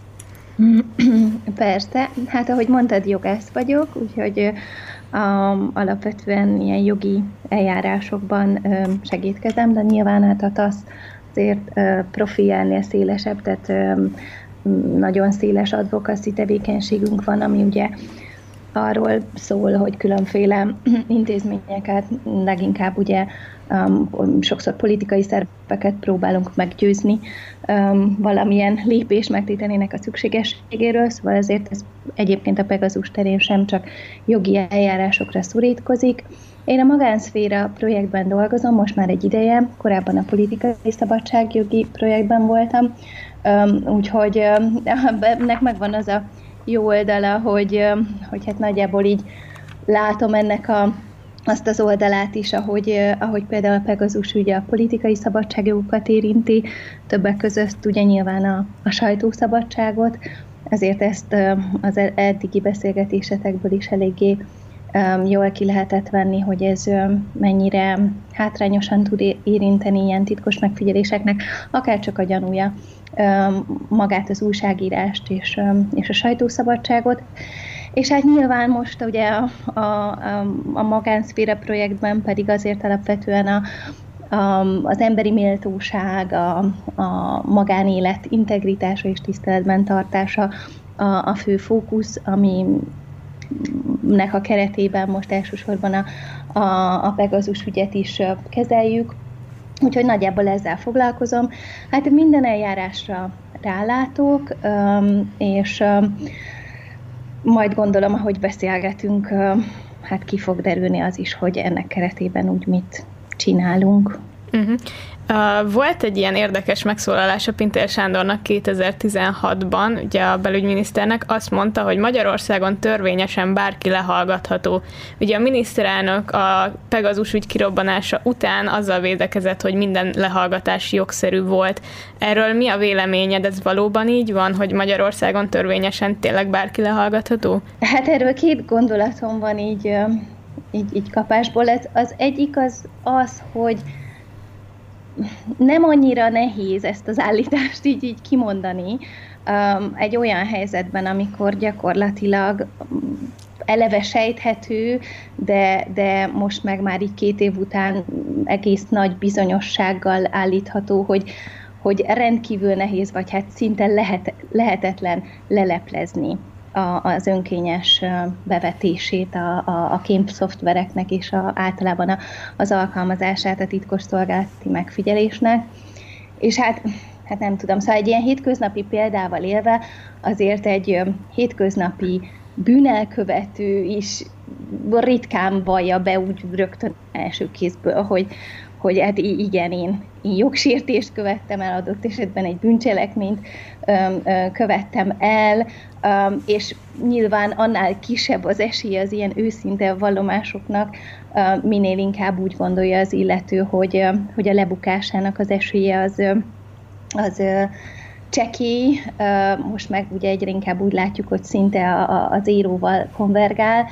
Speaker 3: Persze, hát ahogy mondtad, jogász vagyok, úgyhogy um, alapvetően ilyen jogi eljárásokban um, segítkezem, de nyilván hát a TASZ azért uh, profiljánél szélesebb, tehát um, nagyon széles advocacy tevékenységünk van, ami ugye arról szól, hogy különféle intézményeket, leginkább ugye um, sokszor politikai szerveket próbálunk meggyőzni um, valamilyen lépés megtételének a szükségességéről, szóval ezért ez egyébként a Pegasus terén sem csak jogi eljárásokra szorítkozik. Én a magánszféra projektben dolgozom, most már egy ideje, korábban a politikai szabadságjogi projektben voltam, um, úgyhogy um, ennek megvan az a jó oldala, hogy, hogy hát nagyjából így látom ennek a, azt az oldalát is, ahogy, ahogy például a Pegasus ugye a politikai szabadságjogokat érinti, többek között ugye nyilván a, a sajtószabadságot, ezért ezt az eddigi beszélgetésetekből is eléggé jól ki lehetett venni, hogy ez mennyire hátrányosan tud érinteni ilyen titkos megfigyeléseknek, akár csak a gyanúja magát az újságírást és, és a sajtószabadságot. És hát nyilván most ugye a, a, a magánszféra projektben pedig azért alapvetően a, a, az emberi méltóság, a, a magánélet integritása és tiszteletben tartása a, a fő fókusz, ami nek a keretében most elsősorban a, a, a Pegasus ügyet is kezeljük. Úgyhogy nagyjából ezzel foglalkozom. Hát minden eljárásra rálátok, és majd gondolom, ahogy beszélgetünk, hát ki fog derülni az is, hogy ennek keretében úgy mit csinálunk.
Speaker 1: Uh-huh. Uh, volt egy ilyen érdekes megszólalása Pintér Sándornak kétezer-tizenhatban, ugye a belügyminiszternek, azt mondta, hogy Magyarországon törvényesen bárki lehallgatható. Ugye a miniszterelnök a Pegazus ügy kirobbanása után azzal védekezett, hogy minden lehallgatás jogszerű volt. Erről mi a véleményed? Ez valóban így van, hogy Magyarországon törvényesen tényleg bárki lehallgatható?
Speaker 3: Hát erről két gondolatom van így, így, így kapásból. Ez, az egyik az az, hogy nem annyira nehéz ezt az állítást így, így kimondani um, egy olyan helyzetben, amikor gyakorlatilag eleve sejthető, de, de most meg már így két év után egész nagy bizonyossággal állítható, hogy, hogy rendkívül nehéz, vagy hát szinte lehet, lehetetlen leleplezni a, az önkényes bevetését a, a, a kém szoftvereknek és a, általában a, az alkalmazását a titkosszolgálati megfigyelésnek. És hát, hát nem tudom, szóval egy ilyen hétköznapi példával élve azért egy hétköznapi bűnelkövető is ritkán vallja be úgy rögtön első kézből, hogy, hogy hát igen, én, én jogsértést követtem el, adott esetben egy bűncselekményt öm, ö, követtem el, öm, és nyilván annál kisebb az esély az ilyen őszinte vallomásoknak, öm, minél inkább úgy gondolja az illető, hogy, öm, hogy a lebukásának az esélye az, öm, az öm, csekély, most meg ugye egyre inkább úgy látjuk, hogy szinte a, a, a zéróval konvergál.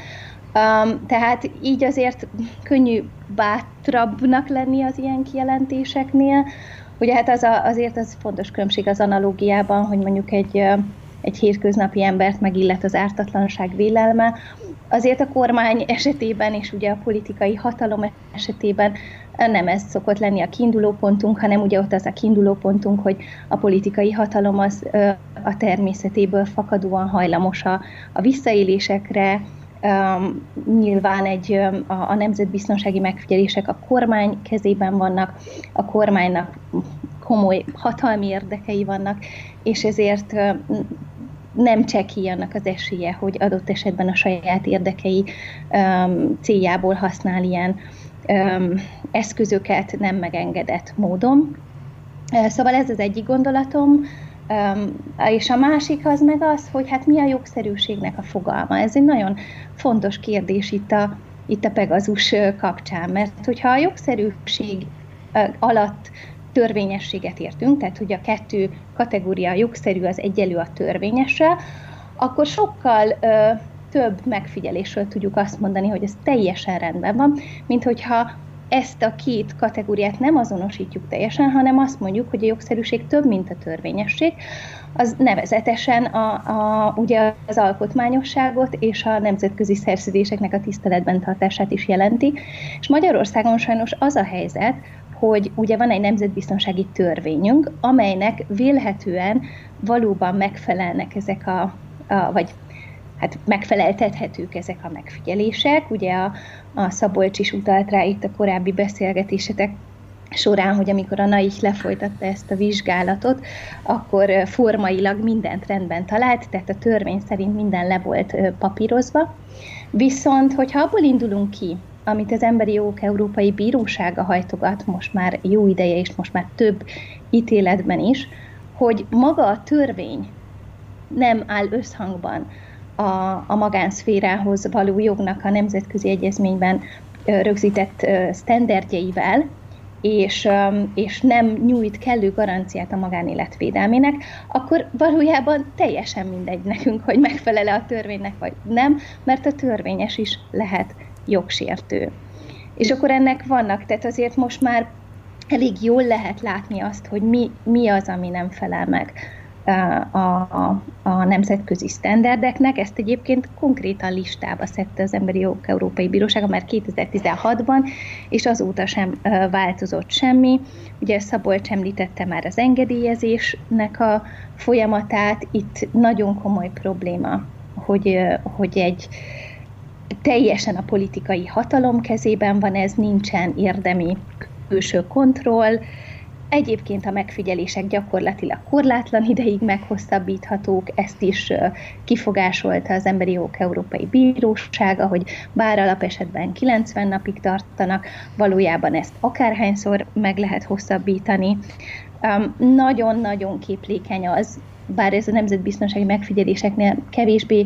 Speaker 3: Um, tehát így azért könnyű bátrabbnak lenni az ilyen kijelentéseknél. Ugye hát az a, azért az fontos különbség az analógiában, hogy mondjuk egy, egy hétköznapi embert megillet az ártatlanság vélelme. Azért a kormány esetében és ugye a politikai hatalom esetében nem ez szokott lenni a kiindulópontunk, hanem ugye ott az a kiindulópontunk, hogy a politikai hatalom az a természetéből fakadóan hajlamos a, a visszaélésekre. Um, nyilván egy, um, a, a nemzetbiztonsági megfigyelések a kormány kezében vannak, a kormánynak komoly hatalmi érdekei vannak, és ezért um, nem csekély annak az esélye, hogy adott esetben a saját érdekei um, céljából használ ilyen um, eszközöket nem megengedett módon. Uh, szóval ez az egyik gondolatom. Um, és a másik az meg az, hogy hát mi a jogszerűségnek a fogalma. Ez egy nagyon fontos kérdés itt a, itt a Pegazus kapcsán, mert hogyha a jogszerűség alatt törvényességet értünk, tehát hogy a kettő kategória jogszerű az egyenlő a törvényessel, akkor sokkal uh, több megfigyelésről tudjuk azt mondani, hogy ez teljesen rendben van, mint hogyha ezt a két kategóriát nem azonosítjuk teljesen, hanem azt mondjuk, hogy a jogszerűség több, mint a törvényesség, az nevezetesen a, a, ugye az alkotmányosságot és a nemzetközi szerződéseknek a tiszteletben tartását is jelenti. És Magyarországon sajnos az a helyzet, hogy ugye van egy nemzetbiztonsági törvényünk, amelynek vélhetően valóban megfelelnek ezek a, a vagy hát megfeleltethetők ezek a megfigyelések. Ugye a, a Szabolcs is utalt rá itt a korábbi beszélgetésetek során, hogy amikor a en á i lefolytatta ezt a vizsgálatot, akkor formailag mindent rendben talált, tehát a törvény szerint minden le volt papírozva. Viszont, hogyha abból indulunk ki, amit az Emberi Jogok Európai Bírósága hajtogat most már jó ideje, és most már több ítéletben is, hogy maga a törvény nem áll összhangban a, a magánszférához való jognak a nemzetközi egyezményben rögzített sztenderdjeivel, és, és nem nyújt kellő garanciát a magánélet védelmének, akkor valójában teljesen mindegy nekünk, hogy megfelel-e a törvénynek, vagy nem, mert a törvényes is lehet jogsértő. És akkor ennek vannak, tehát azért most már elég jól lehet látni azt, hogy mi, mi az, ami nem felel meg a, a, a nemzetközi sztenderdeknek. Ezt egyébként konkrétan listába szedte az Emberi Jogok Európai Bírósága már kétezer-tizenhatban, és azóta sem változott semmi. Ugye Szabolcs említette már az engedélyezésnek a folyamatát, itt nagyon komoly probléma, hogy, hogy egy teljesen a politikai hatalom kezében van, ez nincsen érdemi külső kontroll. Egyébként a megfigyelések gyakorlatilag korlátlan ideig meghosszabbíthatók, ezt is kifogásolta az Emberi Jogok Európai Bírósága, hogy bár alapesetben kilencven napig tartanak, valójában ezt akárhányszor meg lehet hosszabbítani. Nagyon-nagyon képlékeny az, bár ez a nemzetbiztonsági megfigyeléseknél kevésbé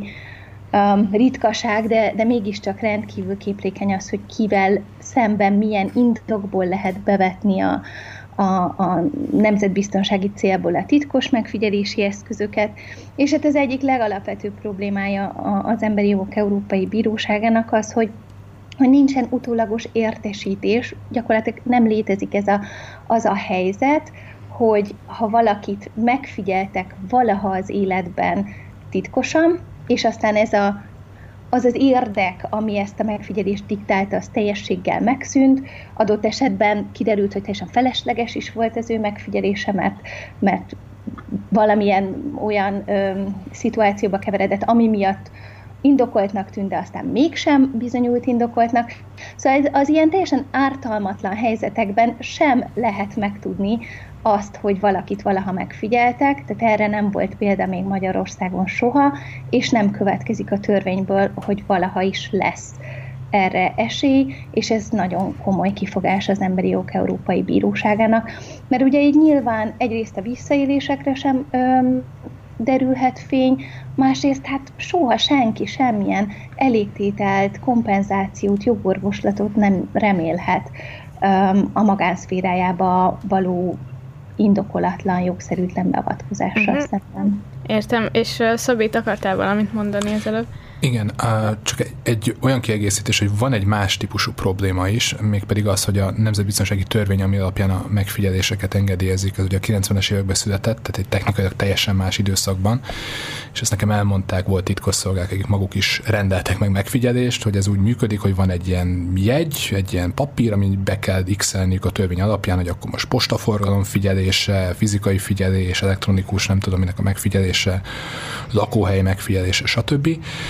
Speaker 3: um, ritkaság, de, de mégiscsak rendkívül képlékeny az, hogy kivel szemben milyen indokból lehet bevetni a, a, a nemzetbiztonsági célból a titkos megfigyelési eszközöket, és hát az egyik legalapvetőbb problémája az Emberi Jogok Európai Bíróságának az, hogy hogy nincsen utólagos értesítés, gyakorlatilag nem létezik ez a, az a helyzet, hogy ha valakit megfigyeltek valaha az életben titkosan, és aztán ez a, az az érdek, ami ezt a megfigyelést diktálta, az teljességgel megszűnt, adott esetben kiderült, hogy teljesen felesleges is volt az ő megfigyelése, mert, mert valamilyen olyan ö, szituációba keveredett, ami miatt indokoltnak tűnt, de aztán mégsem bizonyult indokoltnak. Szóval ez, az ilyen teljesen ártalmatlan helyzetekben sem lehet megtudni azt, hogy valakit valaha megfigyeltek, tehát erre nem volt példa még Magyarországon soha, és nem következik a törvényből, hogy valaha is lesz erre esély, és ez nagyon komoly kifogás az Emberi Jogok Európai Bíróságának, mert ugye így nyilván egyrészt a visszaélésekre sem öm, derülhet fény, másrészt hát soha senki semmilyen elégtételt, kompenzációt, jogorvoslatot nem remélhet öm, a magánszférájába való indokolatlan, jogszerűtlen beavatkozással uh-huh. szemben.
Speaker 1: Értem, és uh, Szabit, akartál valamit mondani ezelőbb?
Speaker 2: Igen, csak egy, egy olyan kiegészítés, hogy van egy más típusú probléma is, mégpedig az, hogy a nemzetbiztonsági törvény, ami alapján a megfigyeléseket engedélyezik, az ugye a kilencvenes években született, tehát egy technikailag teljesen más időszakban, és ezt nekem elmondták, volt titkosszolgák, akik maguk is rendeltek meg megfigyelést, hogy ez úgy működik, hogy van egy ilyen jegy, egy ilyen papír, amit be kell x-elniük a törvény alapján, hogy akkor most postaforgalom figyelése, fizikai figyelés, elektronikus, nem tudom minek a megfigyelése, lakóhely megfigyelése, stb.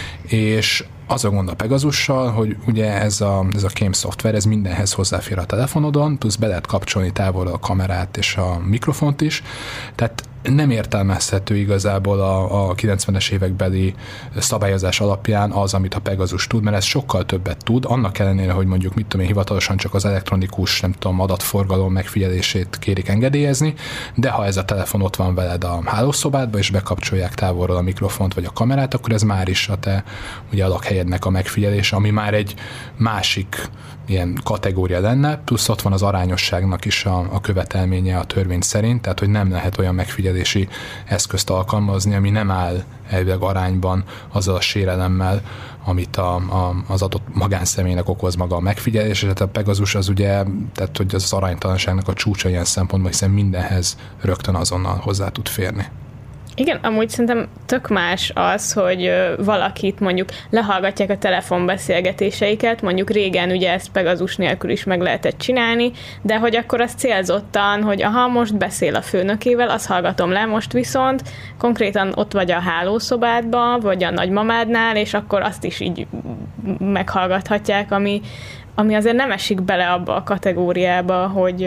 Speaker 2: És az a gond a Pegasussal, hogy ugye ez a, ez a kém szoftver, ez mindenhez hozzáfér a telefonodon, plusz be lehet kapcsolni távolról a kamerát és a mikrofont is, tehát nem értelmezhető igazából a, a kilencvenes évekbeli szabályozás alapján az, amit a Pegasus tud, mert ez sokkal többet tud, annak ellenére, hogy mondjuk mit tudom én, hivatalosan csak az elektronikus, nem tudom, adatforgalom megfigyelését kérik engedélyezni, de ha ez a telefon ott van veled a hálószobádba, és bekapcsolják távolról a mikrofont vagy a kamerát, akkor ez már is a te ugye a lakhelyednek a megfigyelése, ami már egy másik ilyen kategória lenne, plusz ott van az arányosságnak is a, a követelménye a törvény szerint, tehát hogy nem lehet olyan megfigyelési eszközt alkalmazni, ami nem áll elvileg arányban azzal a sérelemmel, amit a, a, az adott magánszemélynek okoz maga a megfigyelés, és tehát a Pegasus az ugye, tehát hogy az aránytalanságnak a csúcsa ilyen szempontból, hiszen mindenhez rögtön azonnal hozzá tud férni.
Speaker 1: Igen, amúgy szerintem tök más az, hogy valakit mondjuk lehallgatják a telefonbeszélgetéseiket, mondjuk régen ugye ezt Pegasus nélkül is meg lehetett csinálni, de hogy akkor az célzottan, hogy aha, most beszél a főnökével, azt hallgatom le, most viszont konkrétan ott vagy a hálószobádban, vagy a nagymamádnál, és akkor azt is így meghallgathatják, ami, ami azért nem esik bele abba a kategóriába, hogy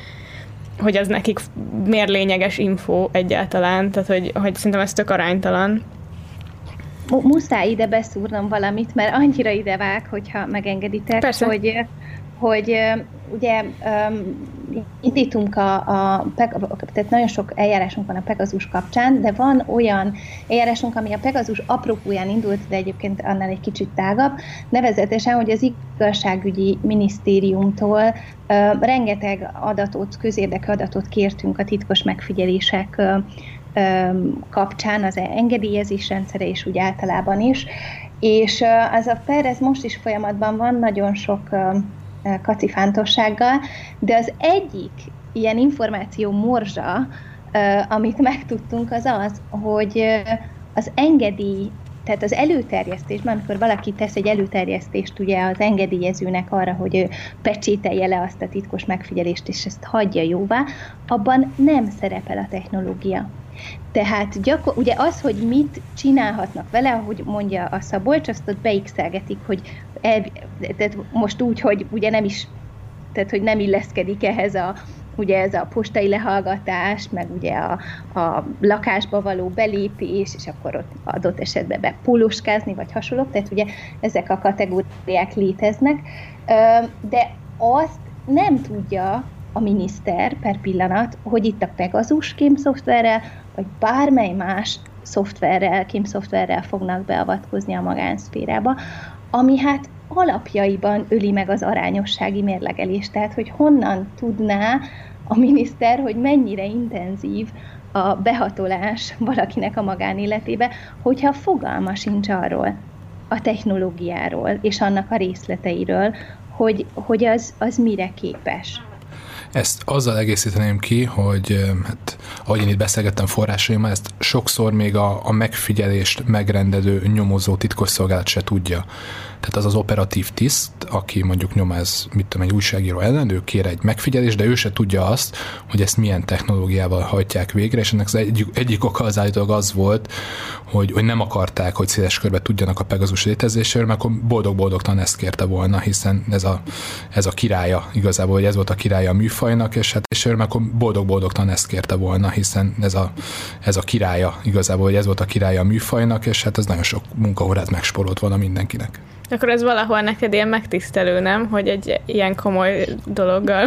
Speaker 1: hogy az nekik miért lényeges info egyáltalán, tehát hogy, hogy szerintem ez tök aránytalan.
Speaker 3: Muszáj ide beszúrnom valamit, mert annyira ide vág, hogyha megengeditek,
Speaker 1: Persze.
Speaker 3: hogy, hogy ugye indítunk a, a, tehát nagyon sok eljárásunk van a Pegasus kapcsán, de van olyan eljárásunk, ami a Pegasus apropóján indult, de egyébként annál egy kicsit tágabb, nevezetesen, hogy az igazságügyi minisztériumtól uh, rengeteg adatot, közérdekű adatot kértünk a titkos megfigyelések uh, um, kapcsán, az engedélyezés rendszere és úgy általában is, és uh, az a per, ez most is folyamatban van, nagyon sok uh, kacifántossággal, de az egyik ilyen információ morzsa, amit megtudtunk, az az, hogy az engedély, tehát az előterjesztésben, amikor valaki tesz egy előterjesztést ugye az engedélyezőnek arra, hogy ő pecsételje le azt a titkos megfigyelést, és ezt hagyja jóvá, abban nem szerepel a technológia. Tehát gyakor- ugye az, hogy mit csinálhatnak vele, ahogy mondja a Szabolcs, azt ott beixelgetik, hogy el, tehát most úgy, hogy ugye nem is tehát hogy nem illeszkedik ehhez a, ugye ez a postai lehallgatás, meg ugye a, a lakásba való belépés, és akkor ott adott esetben bepólóskázni, vagy hasonlók, tehát ugye ezek a kategóriák léteznek, de azt nem tudja a miniszter per pillanat, hogy itt a Pegasus kémszoftverrel, vagy bármely más szoftverrel, kémszoftverrel fognak beavatkozni a magánszférába, ami hát alapjaiban öli meg az arányossági mérlegelést. Tehát, hogy honnan tudná a miniszter, hogy mennyire intenzív a behatolás valakinek a magánéletébe, hogyha fogalma sincs arról, a technológiáról és annak a részleteiről, hogy, hogy az, az mire képes.
Speaker 2: Ezt azzal egészíteném ki, hogy hát, ahogy én itt beszélgettem forrásaimmal, ezt sokszor még a, a megfigyelést megrendelő nyomozó titkosszolgálat se tudja. Tehát az az operatív tiszt, aki mondjuk nyomáz, mit tudom, egy újságíró ellen, ő kér egy megfigyelést, de ő se tudja azt, hogy ezt milyen technológiával hajtják végre, és ennek az egyik, egyik oka az állítólag az volt, hogy, hogy nem akarták, hogy széles körbe tudjanak a Pegasus létezéséről, mert akkor boldog-boldogtalan ezt kérte volna, hiszen ez a, ez a királya igazából, hogy ez volt a királya a műfajnak, és hát és mert akkor boldog-boldogtalan ezt kérte volna, hiszen ez a, ez a királya igazából, hogy ez volt a királya a műfajnak, és hát ez nagyon sok munkaórát megsporolt volna mindenkinek.
Speaker 1: Akkor ez valahol neked ilyen megtisztelő, nem? Hogy egy ilyen komoly dologgal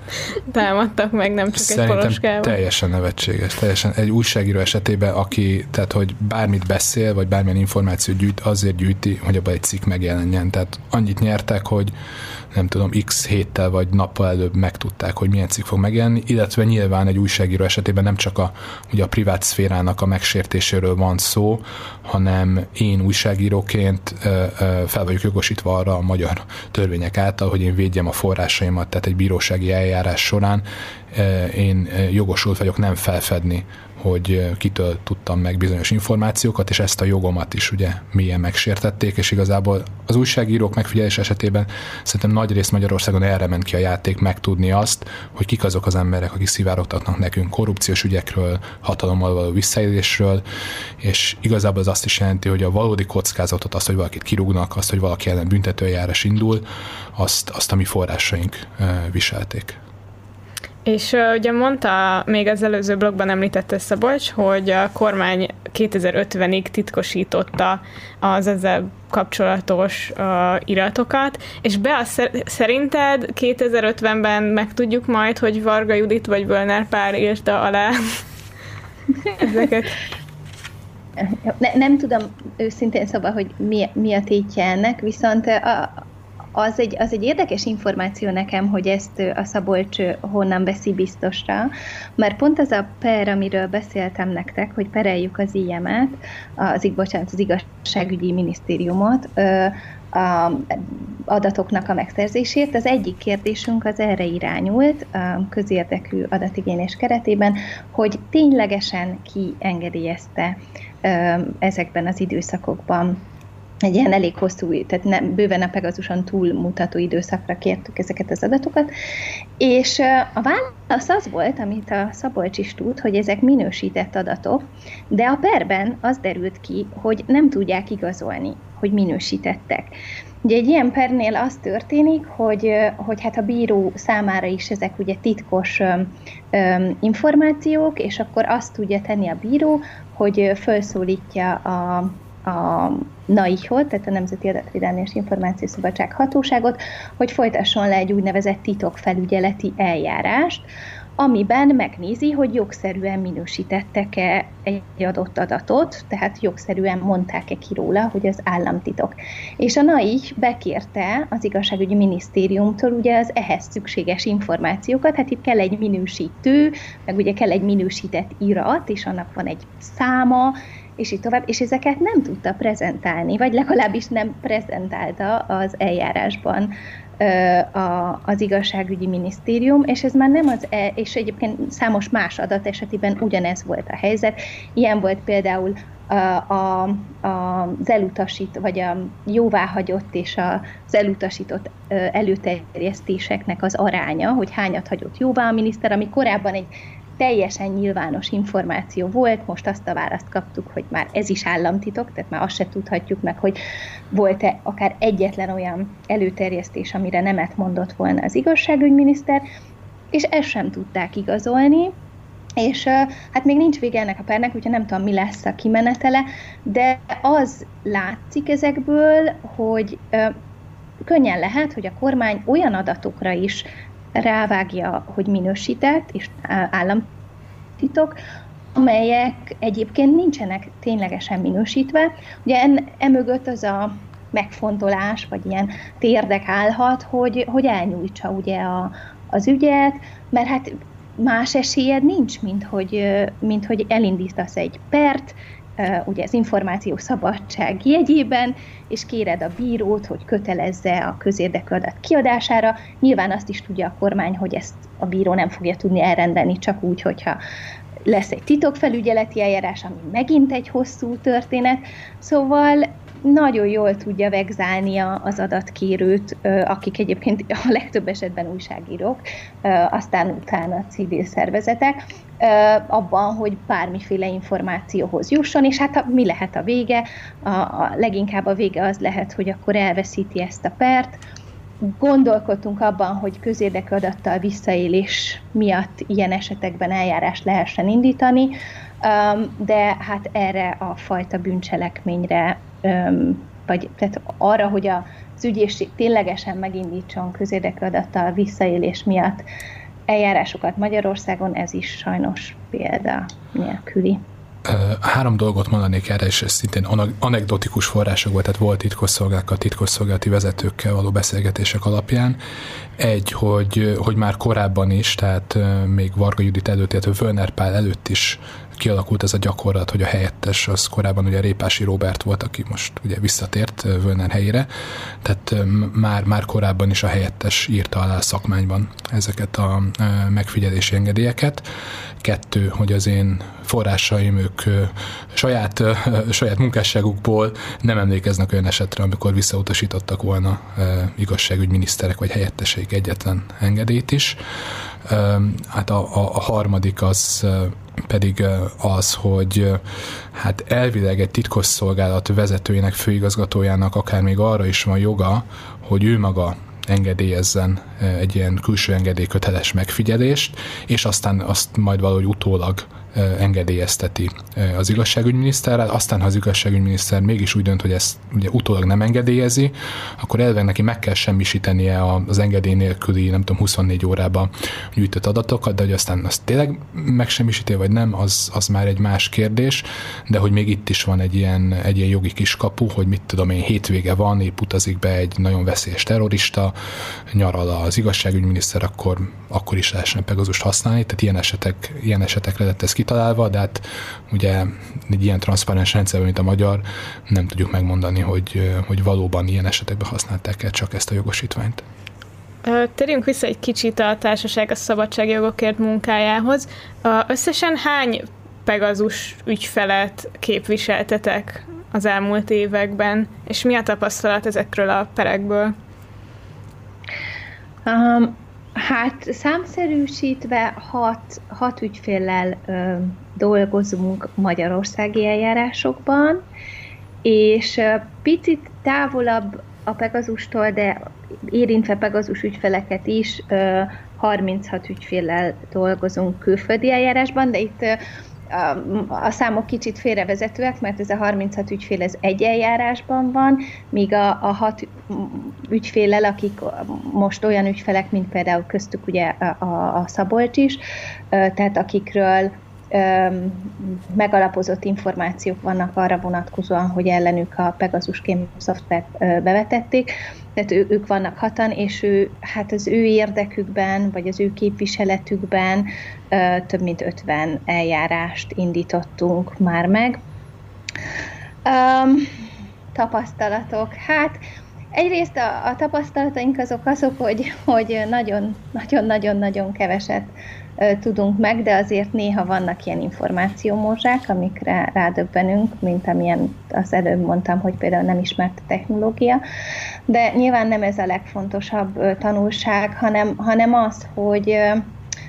Speaker 1: támadtak meg, nem csak
Speaker 2: Szerintem
Speaker 1: egy poloskával.
Speaker 2: Teljesen nevetséges. Teljesen egy újságíró esetében, aki, tehát hogy bármit beszél, vagy bármilyen információt gyűjt, azért gyűjti, hogy abban egy cikk megjelenjen. Tehát annyit nyertek, hogy nem tudom, x héttel vagy nappal előbb megtudták, hogy milyen cikk fog megjelenni, illetve nyilván egy újságíró esetében nem csak a, ugye a privát szférának a megsértéséről van szó, hanem én újságíróként ö, ö, fel vagyok jogosítva arra a magyar törvények által, hogy én védjem a forrásaimat, tehát egy bírósági eljárás során ö, én jogosult vagyok nem felfedni, hogy kitől tudtam meg bizonyos információkat, és ezt a jogomat is ugye mélyen megsértették, és igazából az újságírók megfigyelés esetében szerintem nagy rész Magyarországon erre ment ki a játék megtudni azt, hogy kik azok az emberek, akik szivárogtatnak nekünk korrupciós ügyekről, hatalommal való visszaélésről, és igazából ez azt is jelenti, hogy a valódi kockázatot, azt, hogy valakit kirúgnak, azt, hogy valaki ellen büntetőeljárás indul, azt, azt a mi forrásaink viselték.
Speaker 1: És uh, ugye mondta, még az előző blogban említette Szabolcs, hogy a kormány kétezer-ötvenig titkosította az ezzel kapcsolatos uh, iratokat, és be a szer- szerinted kétezer-ötvenben megtudjuk majd, hogy Varga Judit vagy Völner Pál írta alá ezeket?
Speaker 3: Ne, nem tudom őszintén szóval, hogy mi, mi a tétje ennek, viszont a Az egy, az egy érdekes információ nekem, hogy ezt a Szabolcs honnan veszi biztosra, mert pont az a per, amiről beszéltem nektek, hogy pereljük az í em-et, az, bocsánat, az igazságügyi minisztériumot, a adatoknak a megszerzésért. Az egyik kérdésünk az erre irányult, a közérdekű adatigénylés keretében, hogy ténylegesen ki engedélyezte ezekben az időszakokban egy ilyen elég hosszú, tehát nem, bőven a Pegasuson túlmutató időszakra kértük ezeket az adatokat, és a válasz az volt, amit a Szabolcs is tud, hogy ezek minősített adatok, de a perben az derült ki, hogy nem tudják igazolni, hogy minősítettek. Ugye egy ilyen pernél az történik, hogy, hogy hát a bíró számára is ezek ugye titkos öm, öm, információk, és akkor azt tudja tenni a bíró, hogy felszólítja a a NAIH-ot, tehát a Nemzeti Adatvédelmi és Információszabadság Hatóságot, hogy folytasson le egy úgynevezett titokfelügyeleti eljárást, amiben megnézi, hogy jogszerűen minősítettek-e egy adott adatot, tehát jogszerűen mondták-e ki róla, hogy az államtitok. És a NAIH bekérte az igazságügyi minisztériumtól ugye az ehhez szükséges információkat, hát itt kell egy minősítő, meg ugye kell egy minősített irat, és annak van egy száma, és így tovább, és ezeket nem tudta prezentálni, vagy legalábbis nem prezentálta az eljárásban az igazságügyi minisztérium, és ez már nem az, és egyébként számos más adat esetében ugyanez volt a helyzet. Ilyen volt például a, a, a, az elutasít, vagy a jóváhagyott és az elutasított előterjesztéseknek az aránya, hogy hányat hagyott jóvá a miniszter, ami korábban egy teljesen nyilvános információ volt, most azt a választ kaptuk, hogy már ez is államtitok, tehát már azt se tudhatjuk meg, hogy volt-e akár egyetlen olyan előterjesztés, amire nemet mondott volna az igazságügyminiszter, és ezt sem tudták igazolni, és hát még nincs vége ennek a pernek, úgyhogy nem tudom, mi lesz a kimenetele, de az látszik ezekből, hogy könnyen lehet, hogy a kormány olyan adatokra is rávágja, hogy minősített és államtitok, amelyek egyébként nincsenek ténylegesen minősítve. Ugye emögött az a megfontolás, vagy ilyen térdek állhat, hogy, hogy elnyújtsa ugye a, az ügyet, mert hát más esélyed nincs, mint hogy, mint hogy elindítasz egy pert, ugye az információ szabadság jegyében, és kéred a bírót, hogy kötelezze a közérdekű adat kiadására. Nyilván azt is tudja a kormány, hogy ezt a bíró nem fogja tudni elrendelni csak úgy, hogyha lesz egy titokfelügyeleti eljárás, ami megint egy hosszú történet. Szóval nagyon jól tudja vegzálni az adatkérőt, akik egyébként a legtöbb esetben újságírók, aztán utána civil szervezetek, abban, hogy bármiféle információhoz jusson, és hát mi lehet a vége? A, a leginkább a vége az lehet, hogy akkor elveszíti ezt a pert. Gondolkodtunk abban, hogy közérdekű adattal visszaélés miatt ilyen esetekben eljárást lehessen indítani, de hát erre a fajta bűncselekményre, vagy tehát arra, hogy az ügyészség ténylegesen megindítson közérdekű adattal visszaélés miatt eljárásokat Magyarországon, ez is sajnos példa nélküli.
Speaker 2: Három dolgot mondanék erre, és ez szintén anekdotikus forrásokból, tehát volt titkosszolgálakkal, titkosszolgálati vezetőkkel való beszélgetések alapján. Egy, hogy, hogy már korábban is, tehát még Varga Judit előtt, illetve Völner Pál előtt is kialakult ez a gyakorlat, hogy a helyettes az korábban ugye Répási Róbert volt, aki most ugye visszatért Völner helyére, tehát már, már korábban is a helyettes írta alá a szakmányban ezeket a megfigyelési engedélyeket. Kettő, hogy az én forrásaim, ők saját, saját munkásságukból nem emlékeznek olyan esetre, amikor visszautasítottak volna igazságügyminiszterek vagy helyetteseik egyetlen engedélyt is. Hát a, a, a harmadik az pedig az, hogy hát elvileg egy titkosszolgálat vezetőjének, főigazgatójának akár még arra is van joga, hogy ő maga engedélyezzen egy ilyen külső engedélyköteles megfigyelést, és aztán azt majd valahogy utólag engedélyezteti az igazságügyminiszterrel, aztán ha az igazságügyminiszter mégis úgy dönt, hogy ezt ugye utólag nem engedélyezi, akkor elvileg neki meg kell semmisítenie az engedély nélküli, nem tudom, huszonnégy órában gyűjtött adatokat, de hogy aztán azt tényleg megsemmisíti, vagy nem, az, az már egy más kérdés, de hogy még itt is van egy ilyen, egy ilyen jogi kiskapu, hogy mit tudom én, hétvége van, épp utazik be egy nagyon veszélyes terrorista, nyaral az igazságügyminiszter, akkor, akkor is lehessen Pegazust használni, tehát ilyen, esetek, ilyen esetekre lett ez kitalálva, de hát ugye egy ilyen transzparens rendszerben, mint a magyar, nem tudjuk megmondani, hogy, hogy valóban ilyen esetekben használták el csak ezt a jogosítványt.
Speaker 1: Térjünk vissza egy kicsit a Társaság a Szabadságjogokért munkájához. Összesen hány Pegazus ügyfelet képviseltetek az elmúlt években, és mi a tapasztalat ezekről a perekből?
Speaker 3: Um, hát számszerűsítve hat, hat ügyféllel ö, dolgozunk magyarországi eljárásokban, és ö, picit távolabb a Pegazustól, de érintve Pegazus ügyfeleket is, ö, harminchat ügyféllel dolgozunk külföldi eljárásban, de itt ö, a számok kicsit félrevezetőek, mert ez a harminchat ügyfél ez egy eljárásban van, míg a, a hat ügyféllel, akik most olyan ügyfelek, mint például köztük ugye a, a, a Szabolcs is, tehát akikről megalapozott információk vannak arra vonatkozóan, hogy ellenük a Pegasus kém szoftvert bevetették, tehát ő, ők vannak hatan, és ő, hát az ő érdekükben, vagy az ő képviseletükben több mint ötven eljárást indítottunk már meg. Um, tapasztalatok, hát egyrészt a, a tapasztalataink azok azok, hogy, hogy nagyon-nagyon-nagyon keveset tudunk meg, de azért néha vannak ilyen információmorzsák, amikre rádöbbenünk, mint amilyen az előbb mondtam, hogy például nem ismert a technológia. De nyilván nem ez a legfontosabb tanulság, hanem, hanem az, hogy,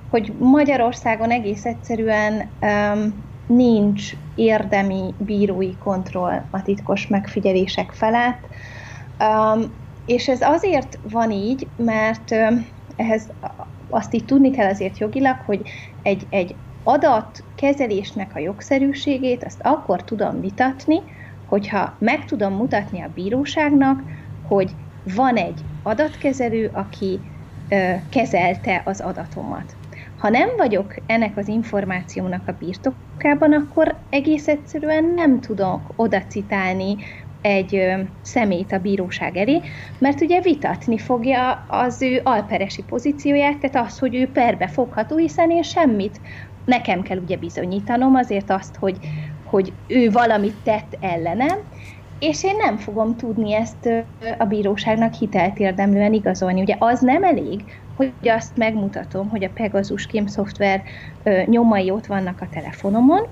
Speaker 3: hogy Magyarországon egész egyszerűen um, nincs érdemi bírói kontroll a titkos megfigyelések felett, um, és ez azért van így, mert um, ehhez azt így tudni kell azért jogilag, hogy egy, egy adatkezelésnek a jogszerűségét azt akkor tudom vitatni, hogyha meg tudom mutatni a bíróságnak, hogy van egy adatkezelő, aki ö, kezelte az adatomat. Ha nem vagyok ennek az információnak a birtokában, akkor egész egyszerűen nem tudok oda citálni egy ö, személyt a bíróság elé, mert ugye vitatni fogja az ő alperesi pozícióját, tehát az, hogy ő perbe fogható, hiszen én semmit nekem kell ugye bizonyítanom azért azt, hogy, hogy ő valamit tett ellenem, és én nem fogom tudni ezt a bíróságnak hitelt érdemlően igazolni. Ugye az nem elég, hogy azt megmutatom, hogy a Pegasus kémszoftver nyomai ott vannak a telefonomon,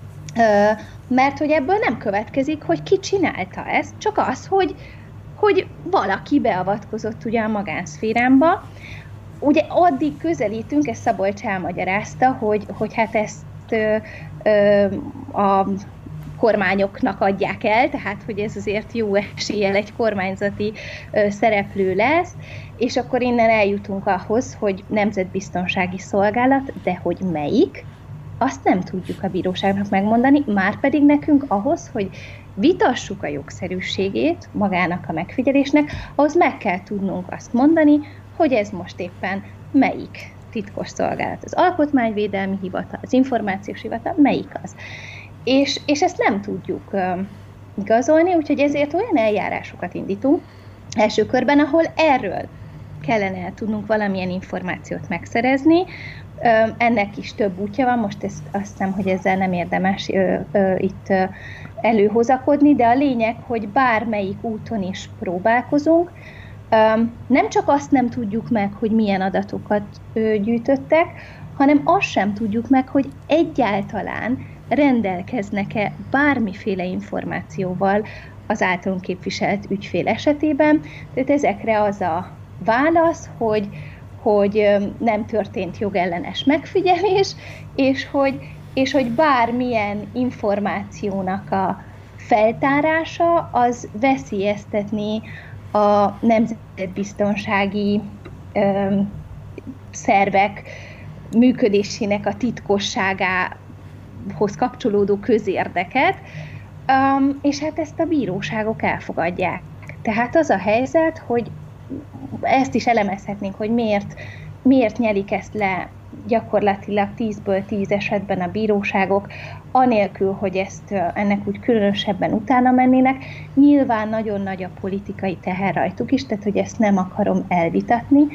Speaker 3: mert hogy ebből nem következik, hogy ki csinálta ezt, csak az, hogy, hogy valaki beavatkozott ugye a magánszférámba. Ugye addig közelítünk, ezt Szabolcs elmagyarázta, hogy, hogy hát ezt ö, ö, a kormányoknak adják el, tehát hogy ez azért jó eséllyel egy kormányzati ö, szereplő lesz, és akkor innen eljutunk ahhoz, hogy nemzetbiztonsági szolgálat, de hogy melyik, azt nem tudjuk a bíróságnak megmondani, már pedig nekünk ahhoz, hogy vitassuk a jogszerűségét magának a megfigyelésnek, ahhoz meg kell tudnunk azt mondani, hogy ez most éppen melyik titkos szolgálat, az Alkotmányvédelmi Hivatal, az Információs Hivatal, melyik az. És, és ezt nem tudjuk uh, igazolni, úgyhogy ezért olyan eljárásokat indítunk első körben, ahol erről kellene tudnunk valamilyen információt megszerezni. Uh, ennek is több útja van, most ezt azt hiszem, hogy ezzel nem érdemes uh, uh, itt uh, előhozakodni, de a lényeg, hogy bármelyik úton is próbálkozunk, nem csak azt nem tudjuk meg, hogy milyen adatokat gyűjtöttek, hanem azt sem tudjuk meg, hogy egyáltalán rendelkeznek-e bármiféle információval az általunk képviselt ügyfél esetében. Tehát ezekre az a válasz, hogy, hogy nem történt jogellenes megfigyelés, és hogy, és hogy bármilyen információnak a feltárása az veszélyeztetni a nemzetbiztonsági ö, szervek működésének a titkosságához kapcsolódó közérdeket, um, és hát ezt a bíróságok elfogadják. Tehát az a helyzet, hogy ezt is elemezhetnénk, hogy miért, miért nyelik ezt le gyakorlatilag tízből tíz esetben a bíróságok, anélkül, hogy ezt ennek úgy különösebben utána mennének. Nyilván nagyon nagy a politikai teher rajtuk is, tehát hogy ezt nem akarom elvitatni,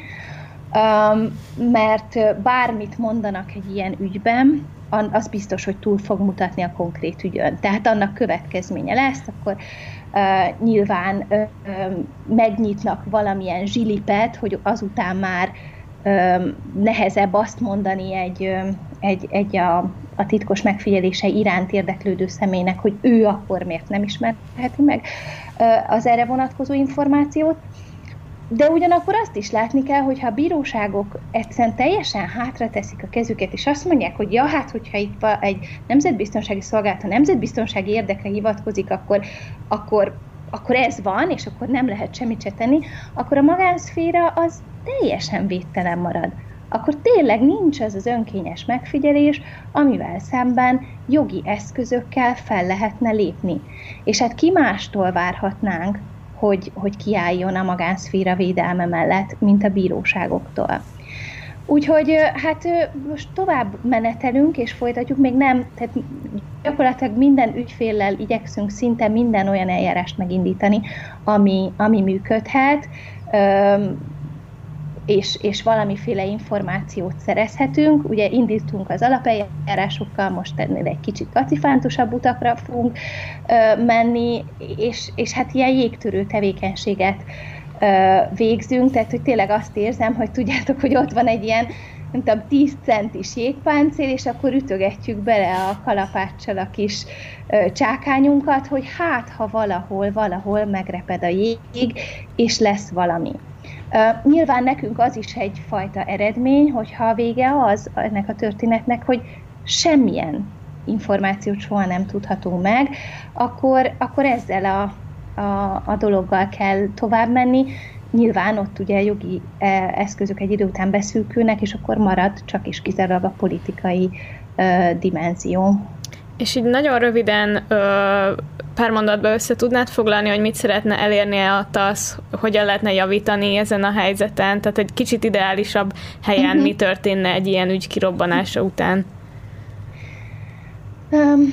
Speaker 3: mert bármit mondanak egy ilyen ügyben, az biztos, hogy túl fog mutatni a konkrét ügyön. Tehát annak következménye lesz, akkor uh, nyilván uh, megnyitnak valamilyen zsilipet, hogy azután már uh, nehezebb azt mondani egy, uh, egy, egy a, a titkos megfigyelése iránt érdeklődő személynek, hogy ő akkor miért nem ismerheti meg uh, az erre vonatkozó információt. De ugyanakkor azt is látni kell, hogy ha a bíróságok egyszerűen teljesen hátra teszik a kezüket, és azt mondják, hogy ja, hát hogyha itt egy nemzetbiztonsági szolgálat a nemzetbiztonsági érdekre hivatkozik, akkor, akkor, akkor ez van, és akkor nem lehet semmit se tenni, akkor a magánszféra az teljesen védtelen marad. Akkor tényleg nincs az az önkényes megfigyelés, amivel szemben jogi eszközökkel fel lehetne lépni. És hát ki mástól várhatnánk, Hogy, hogy kiálljon a magánszféra védelme mellett, mint a bíróságoktól. Úgyhogy hát most tovább menetelünk, és folytatjuk, még nem, tehát gyakorlatilag minden ügyféllel igyekszünk szinte minden olyan eljárást megindítani, ami, ami működhet, és, és valamiféle információt szerezhetünk. Ugye indítunk az alapeljárásokkal, most ennél egy kicsit kacifántosabb utakra fogunk ö, menni, és, és hát ilyen jégtörő tevékenységet ö, végzünk, tehát hogy tényleg azt érzem, hogy tudjátok, hogy ott van egy ilyen, nem tudom, tíz centis jégpáncél, és akkor ütögetjük bele a kalapáccsal a kis ö, csákányunkat, hogy hát, ha valahol, valahol megreped a jég, és lesz valami. Uh, nyilván nekünk az is egyfajta eredmény, hogyha a vége az ennek a történetnek, hogy semmilyen információt soha nem tudhatunk meg, akkor, akkor ezzel a, a, a dologgal kell tovább menni. Nyilván ott ugye jogi eszközök egy idő után beszűkülnek, és akkor marad csak is kizárólag a politikai uh, dimenzió.
Speaker 1: És így nagyon röviden ö, pár mondatban össze tudnád foglalni, hogy mit szeretne elérnie a TASZ, hogyan lehetne javítani ezen a helyzeten, tehát egy kicsit ideálisabb helyen uh-huh. mi történne egy ilyen ügy kirobbanása után?
Speaker 3: Um,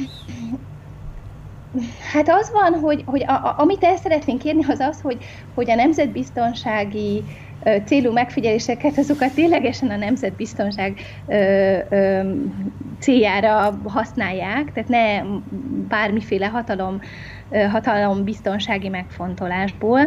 Speaker 3: hát az van, hogy, hogy a, a, amit el szeretnénk kérni, az az, hogy, hogy a nemzetbiztonsági ö, célú megfigyeléseket, azokat ténylegesen a nemzetbiztonság ö, ö, céljára használják, tehát ne bármiféle hatalom, ö, hatalom biztonsági megfontolásból.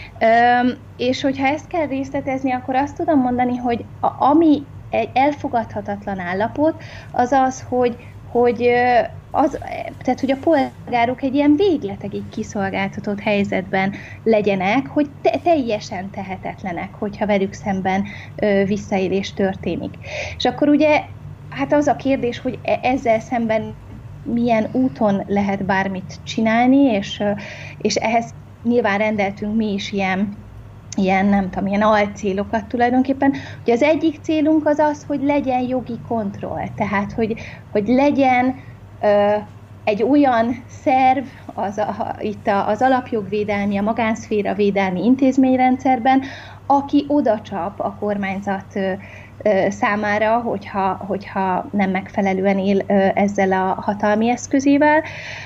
Speaker 3: Ö, és hogyha ezt kell részletezni, akkor azt tudom mondani, hogy a, ami egy elfogadhatatlan állapot, az az, hogy hogy, az, tehát, hogy a polgárok egy ilyen végletekig kiszolgáltatott helyzetben legyenek, hogy te, teljesen tehetetlenek, hogyha velük szemben ö, visszaélés történik. És akkor ugye, hát az a kérdés, hogy ezzel szemben milyen úton lehet bármit csinálni, és, és ehhez nyilván rendeltünk mi is ilyen ilyen, nem tudom, ilyen alcélokat tulajdonképpen. Ugye az egyik célunk az az, hogy legyen jogi kontroll, tehát, hogy, hogy legyen ö, egy olyan szerv az, a, itt a, az alapjogvédelmi, a magánszféra védelmi intézményrendszerben, aki odacsap a kormányzat ö, ö, számára, hogyha, hogyha nem megfelelően él ö, ezzel a hatalmi eszközével.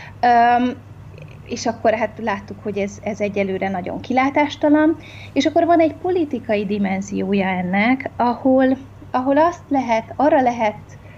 Speaker 3: Ö, és akkor hát láttuk, hogy ez, ez egyelőre nagyon kilátástalan, és akkor van egy politikai dimenziója ennek, ahol, ahol azt lehet, arra lehet,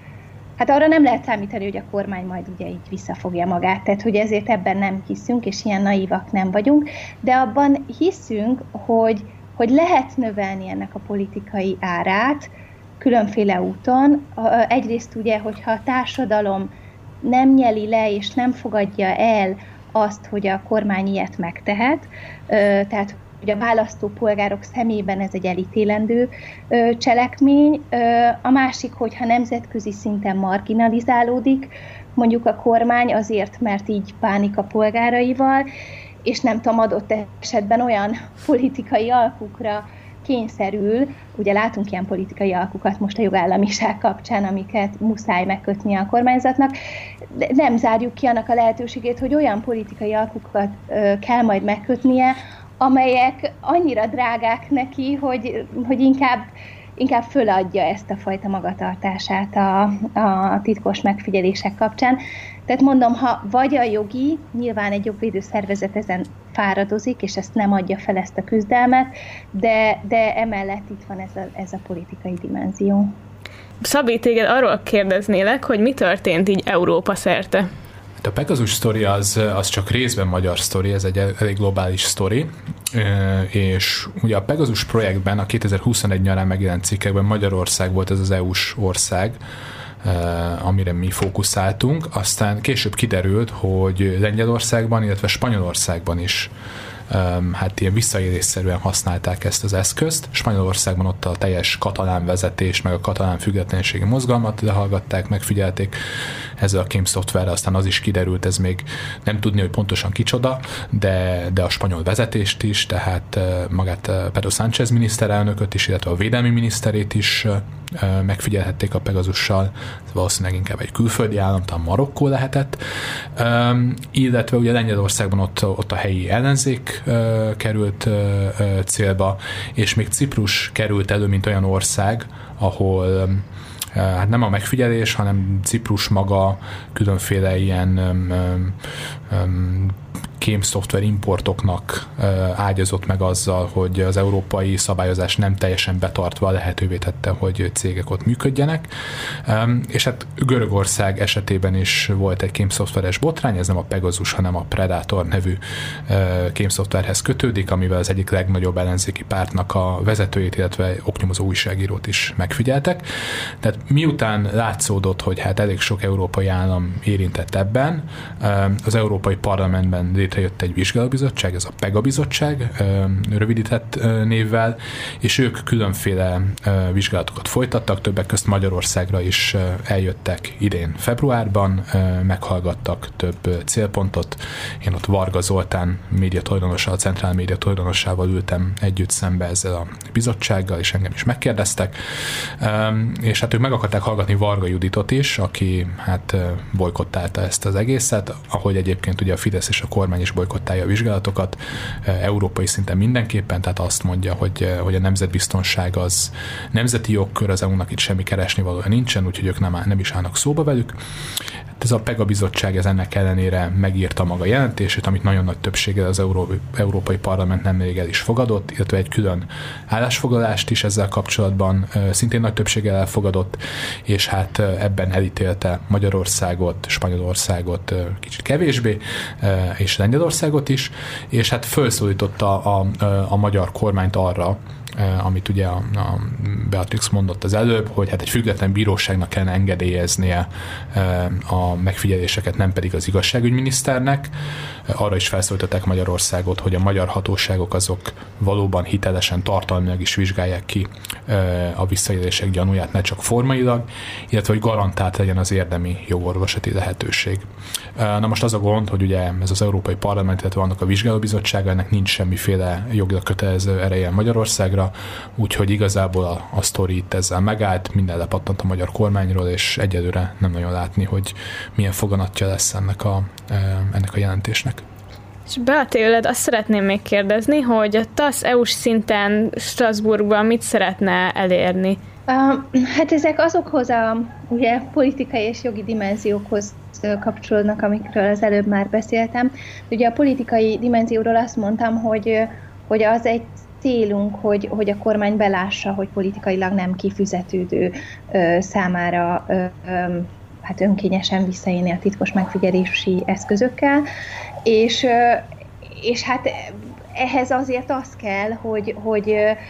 Speaker 3: hát arra nem lehet számítani, hogy a kormány majd ugye így visszafogja magát, tehát hogy ezért ebben nem hiszünk, és ilyen naívak nem vagyunk, de abban hiszünk, hogy, hogy lehet növelni ennek a politikai árát különféle úton. Egyrészt ugye, hogyha a társadalom nem nyeli le, és nem fogadja el azt, hogy a kormány ilyet megtehet, tehát hogy a választópolgárok szemében ez egy elítélendő cselekmény. A másik, hogyha nemzetközi szinten marginalizálódik mondjuk a kormány azért, mert így bánik a polgáraival, és nem tudom, adott esetben olyan politikai alkukra kényszerül, ugye látunk ilyen politikai alkukat most a jogállamiság kapcsán, amiket muszáj megkötni a kormányzatnak, de nem zárjuk ki annak a lehetőségét, hogy olyan politikai alkukat ö, kell majd megkötnie, amelyek annyira drágák neki, hogy, hogy inkább, inkább föladja ezt a fajta magatartását a, a titkos megfigyelések kapcsán. Tehát mondom, ha vagy a jogi, nyilván egy jogvédő szervezet ezen fáradozik, és ezt nem adja fel, ezt a küzdelmet, de, de emellett itt van ez a, ez a politikai dimenzió.
Speaker 1: Szabi, téged arról kérdeznélek, hogy mi történt így Európa szerte?
Speaker 2: A Pegasus sztori az, az csak részben magyar sztori, ez egy elég globális sztori, és ugye a Pegasus projektben a kétezer-huszonegy nyarán megjelent cikkekben Magyarország volt ez az é u-s ország, amire mi fókuszáltunk, aztán később kiderült, hogy Lengyelországban, illetve Spanyolországban is hát ilyen visszaélésszerűen használták ezt az eszközt. Spanyolországban ott a teljes katalán vezetés, meg a katalán függetlenségi mozgalmat lehallgatták, megfigyelték ezzel a kém szoftverrel, aztán az is kiderült, ez még nem tudni, hogy pontosan kicsoda, de, de a spanyol vezetést is, tehát magát Pedro Sánchez miniszterelnököt is, illetve a védelmi miniszterét is megfigyelhették a Pegasussal, valószínűleg inkább egy külföldi állam, talán Marokkó lehetett, um, illetve ugye Lengyelországban ott, ott a helyi ellenzék uh, került uh, célba, és még Ciprus került elő, mint olyan ország, ahol um, hát nem a megfigyelés, hanem Ciprus maga különféle ilyen um, um, kém szoftver importoknak ágyazott meg azzal, hogy az európai szabályozás nem teljesen betartva lehetővé tette, hogy cégek ott működjenek. És hát Görögország esetében is volt egy kém szoftveres botrány, ez nem a Pegasus, hanem a Predator nevű kém szoftverhez kötődik, amivel az egyik legnagyobb ellenzéki pártnak a vezetőjét, illetve oknyomozó újságírót is megfigyeltek. Tehát miután látszódott, hogy hát elég sok európai állam érintett ebben, az Európai Parlamentben létrejött egy vizsgálóbizottság, ez a PEGA bizottság, rövidített névvel, és ők különféle vizsgálatokat folytattak, többek közt Magyarországra is eljöttek idén februárban, meghallgattak több célpontot. Én ott Varga Zoltán médiatulajdonossal, a Centrál média tulajdonossával ültem együtt szembe ezzel a bizottsággal, és engem is megkérdeztek. És hát ők meg akarták hallgatni Varga Juditot is, aki hát bojkottálta ezt az egészet, ahogy egyébként ugye a Fidesz és a kormány is bojkottálja a vizsgálatokat, európai szinten mindenképpen, tehát azt mondja, hogy, hogy a nemzetbiztonság az nemzeti jogkör, az é u-nak itt semmi keresnivalója nincsen, úgyhogy ők nem, nem is állnak szóba velük. Ez a PEGA bizottság ez ennek ellenére megírta maga jelentését, amit nagyon nagy többséggel az Euró- Európai Parlament nemrég el is fogadott, illetve egy külön állásfoglalást is ezzel kapcsolatban szintén nagy többséggel elfogadott, és hát ebben elítélte Magyarországot, Spanyolországot kicsit kevésbé, és Lengyelországot is, és hát felszólította a, a, a magyar kormányt arra, amit ugye a, a Beatrix mondott az előbb, hogy hát egy független bíróságnak kellene engedélyeznie a megfigyeléseket, nem pedig az igazságügyminiszternek. Arra is felszólították Magyarországot, hogy a magyar hatóságok azok valóban hitelesen, tartalmilag is vizsgálják ki a visszaélések gyanúját, ne csak formailag, illetve hogy garantált legyen az érdemi jogorvoslati lehetőség. Na most az a gond, hogy ugye ez az Európai Parlament, illetve annak a vizsgálóbizottsága, ennek nincs semmiféle jogilag kötelező ereje Magyarországra, úgyhogy igazából a, a sztori itt ezzel megállt, minden lepattant a magyar kormányról, és egyelőre nem nagyon látni, hogy milyen foganatja lesz ennek a, ennek a jelentésnek.
Speaker 1: És Beatéled, azt szeretném még kérdezni, hogy a TASZ é u-s szinten Strasbourgban mit szeretne elérni?
Speaker 3: Uh, hát ezek azokhoz a ugye, politikai és jogi dimenziókhoz kapcsolódnak, amikről az előbb már beszéltem. Ugye a politikai dimenzióról azt mondtam, hogy, hogy az egy célunk, hogy, hogy a kormány belássa, hogy politikailag nem kifizetődő ö, számára ö, ö, hát önkényesen visszaélni a titkos megfigyelési eszközökkel, és, ö, és hát ehhez azért az kell, hogy, hogy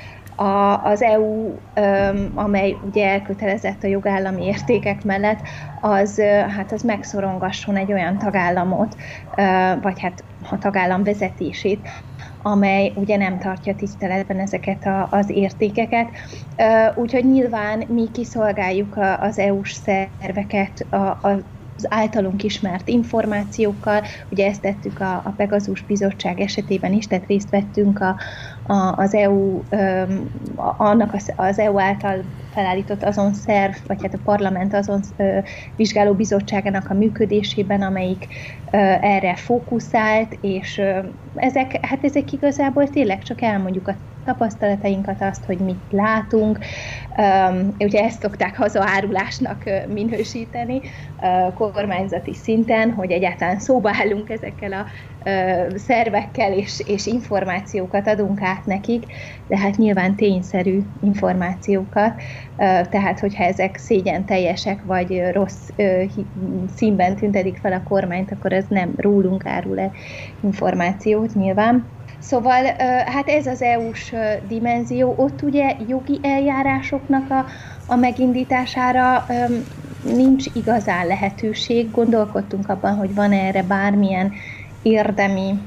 Speaker 3: a, az é u, ö, amely ugye elkötelezett a jogállami értékek mellett, az, hát az megszorongasson egy olyan tagállamot, ö, vagy hát a tagállam vezetését, amely ugye nem tartja tiszteletben ezeket a, az értékeket. Úgyhogy nyilván mi kiszolgáljuk az é u-s szerveket a, a az általunk ismert információkkal, ugye ezt tettük a, a Pegazus Bizottság esetében is, tehát részt vettünk a, a, az é u, um, annak az, az é u által felállított azon szerv, vagy hát a parlament azon uh, vizsgáló bizottságának a működésében, amelyik uh, erre fókuszált, és uh, ezek, hát ezek igazából tényleg csak elmondjuk a tapasztalatainkat, azt, hogy mit látunk. Um, ugye ezt szokták hazaárulásnak uh, minősíteni uh, kormányzati szinten, hogy egyáltalán szóba állunk ezekkel a uh, szervekkel, és, és információkat adunk át nekik, de hát nyilván tényszerű információkat, uh, tehát hogyha ezek szégyen teljesek, vagy rossz uh, színben tüntetik fel a kormányt, akkor ez nem rólunk árul el információt nyilván. Szóval hát ez az é u-s dimenzió, ott ugye jogi eljárásoknak a, a megindítására nincs igazán lehetőség. Gondolkodtunk abban, hogy van erre bármilyen érdemi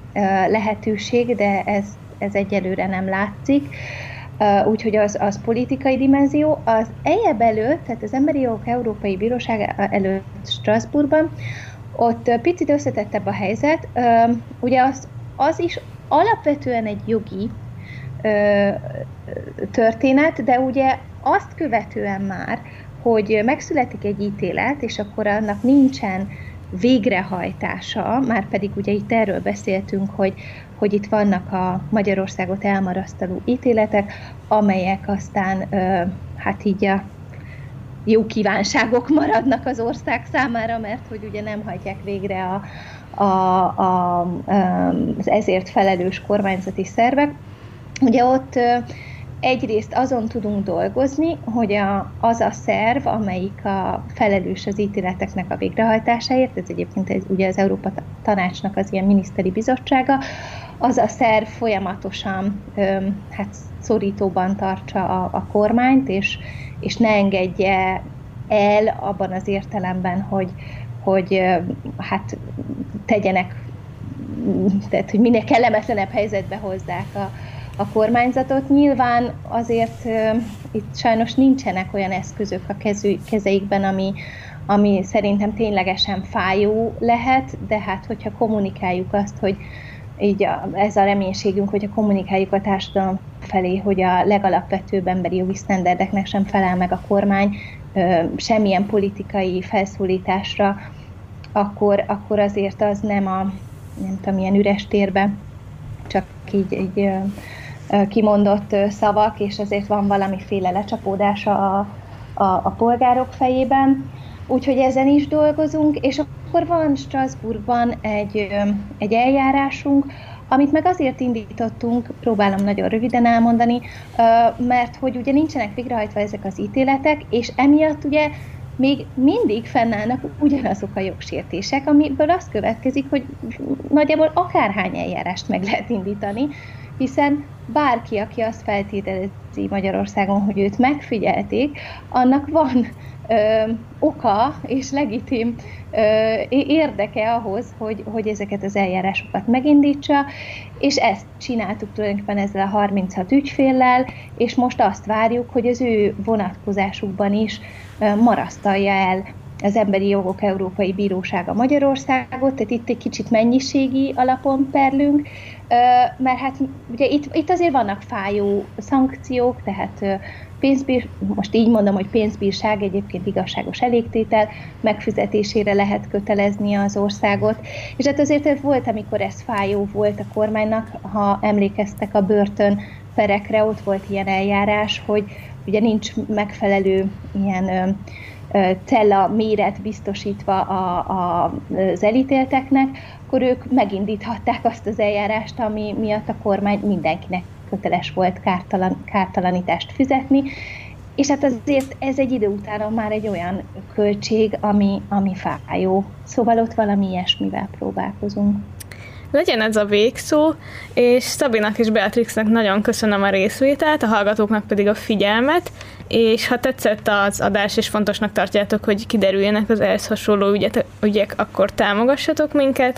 Speaker 3: lehetőség, de ez, ez egyelőre nem látszik. Úgyhogy az, az politikai dimenzió. Az é i é bé előtt, tehát az Emberi Jogok Európai Bíróság előtt Strasbourgban, ott picit összetettebb a helyzet. Ugye az, az is alapvetően egy jogi ö, történet, de ugye azt követően már, hogy megszületik egy ítélet, és akkor annak nincsen végrehajtása, már pedig ugye itt erről beszéltünk, hogy, hogy itt vannak a Magyarországot elmarasztaló ítéletek, amelyek aztán ö, hát így a jó kívánságok maradnak az ország számára, mert hogy ugye nem hajtják végre a A, a, az ezért felelős kormányzati szervek. Ugye ott egyrészt azon tudunk dolgozni, hogy a, az a szerv, amelyik a felelős az ítéleteknek a végrehajtásáért, ez egyébként ez ugye az Európa Tanácsnak az ilyen miniszteri bizottsága, az a szerv folyamatosan hát szorítóban tartsa a, a kormányt, és, és ne engedje el abban az értelemben, hogy hogy hát tegyenek tehát hogy minél kellemetlenebb helyzetbe hozzák a, a kormányzatot. Nyilván azért uh, itt sajnos nincsenek olyan eszközök a kezű, kezeikben, ami, ami szerintem ténylegesen fájó lehet, de hát hogyha kommunikáljuk azt, hogy így a, ez a reménységünk, hogyha kommunikáljuk a társadalom felé, hogy a legalapvetőbb emberi jogi sztenderdeknek sem felel meg a kormány, ö, semmilyen politikai felszólításra, akkor, akkor azért az nem a, nem tudom, ilyen üres térbe, csak így, így ö, ö, kimondott ö, szavak, és azért van valamiféle lecsapódása a, a, a polgárok fejében. Úgyhogy ezen is dolgozunk, és akkor van Strasbourgban egy, egy eljárásunk, amit meg azért indítottunk, próbálom nagyon röviden elmondani, mert hogy ugye nincsenek végrehajtva ezek az ítéletek, és emiatt ugye még mindig fennállnak ugyanazok a jogsértések, amiből az következik, hogy nagyjából akárhány eljárást meg lehet indítani, hiszen bárki, aki azt feltételezi Magyarországon, hogy őt megfigyelték, annak van Ö, oka és legitim ö, érdeke ahhoz, hogy, hogy ezeket az eljárásokat megindítsa, és ezt csináltuk tulajdonképpen ezzel a harminchat ügyféllel, és most azt várjuk, hogy az ő vonatkozásukban is ö, marasztalja el az Emberi Jogok Európai Bírósága Magyarországot, tehát itt egy kicsit mennyiségi alapon perlünk, mert hát ugye itt, itt azért vannak fájó szankciók, tehát pénzbír, most így mondom, hogy pénzbírság, egyébként igazságos elégtétel megfizetésére lehet kötelezni az országot. És hát azért volt, amikor ez fájó volt a kormánynak, ha emlékeztek a börtön perekre, ott volt ilyen eljárás, hogy ugye nincs megfelelő ilyen cella méret biztosítva a, a, az elítélteknek, akkor ők megindíthatták azt az eljárást, ami miatt a kormány mindenkinek köteles volt kártalan, kártalanítást fizetni, és hát azért ez egy idő után már egy olyan költség, ami, ami fájó. Szóval ott valami ilyesmivel próbálkozunk.
Speaker 1: Legyen ez a végszó, és Szabinak és Beatrixnek nagyon köszönöm a részvételt, a hallgatóknak pedig a figyelmet, és ha tetszett az adás, és fontosnak tartjátok, hogy kiderüljenek az ehhez hasonló ügyet, ügyek, akkor támogassatok minket.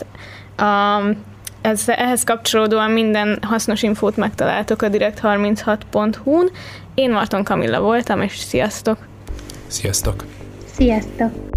Speaker 1: A, ez, ehhez kapcsolódóan minden hasznos infót megtaláltok a direkt harminchat pont hu-n. Én Marton Kamilla voltam, és sziasztok!
Speaker 2: Sziasztok!
Speaker 3: Sziasztok!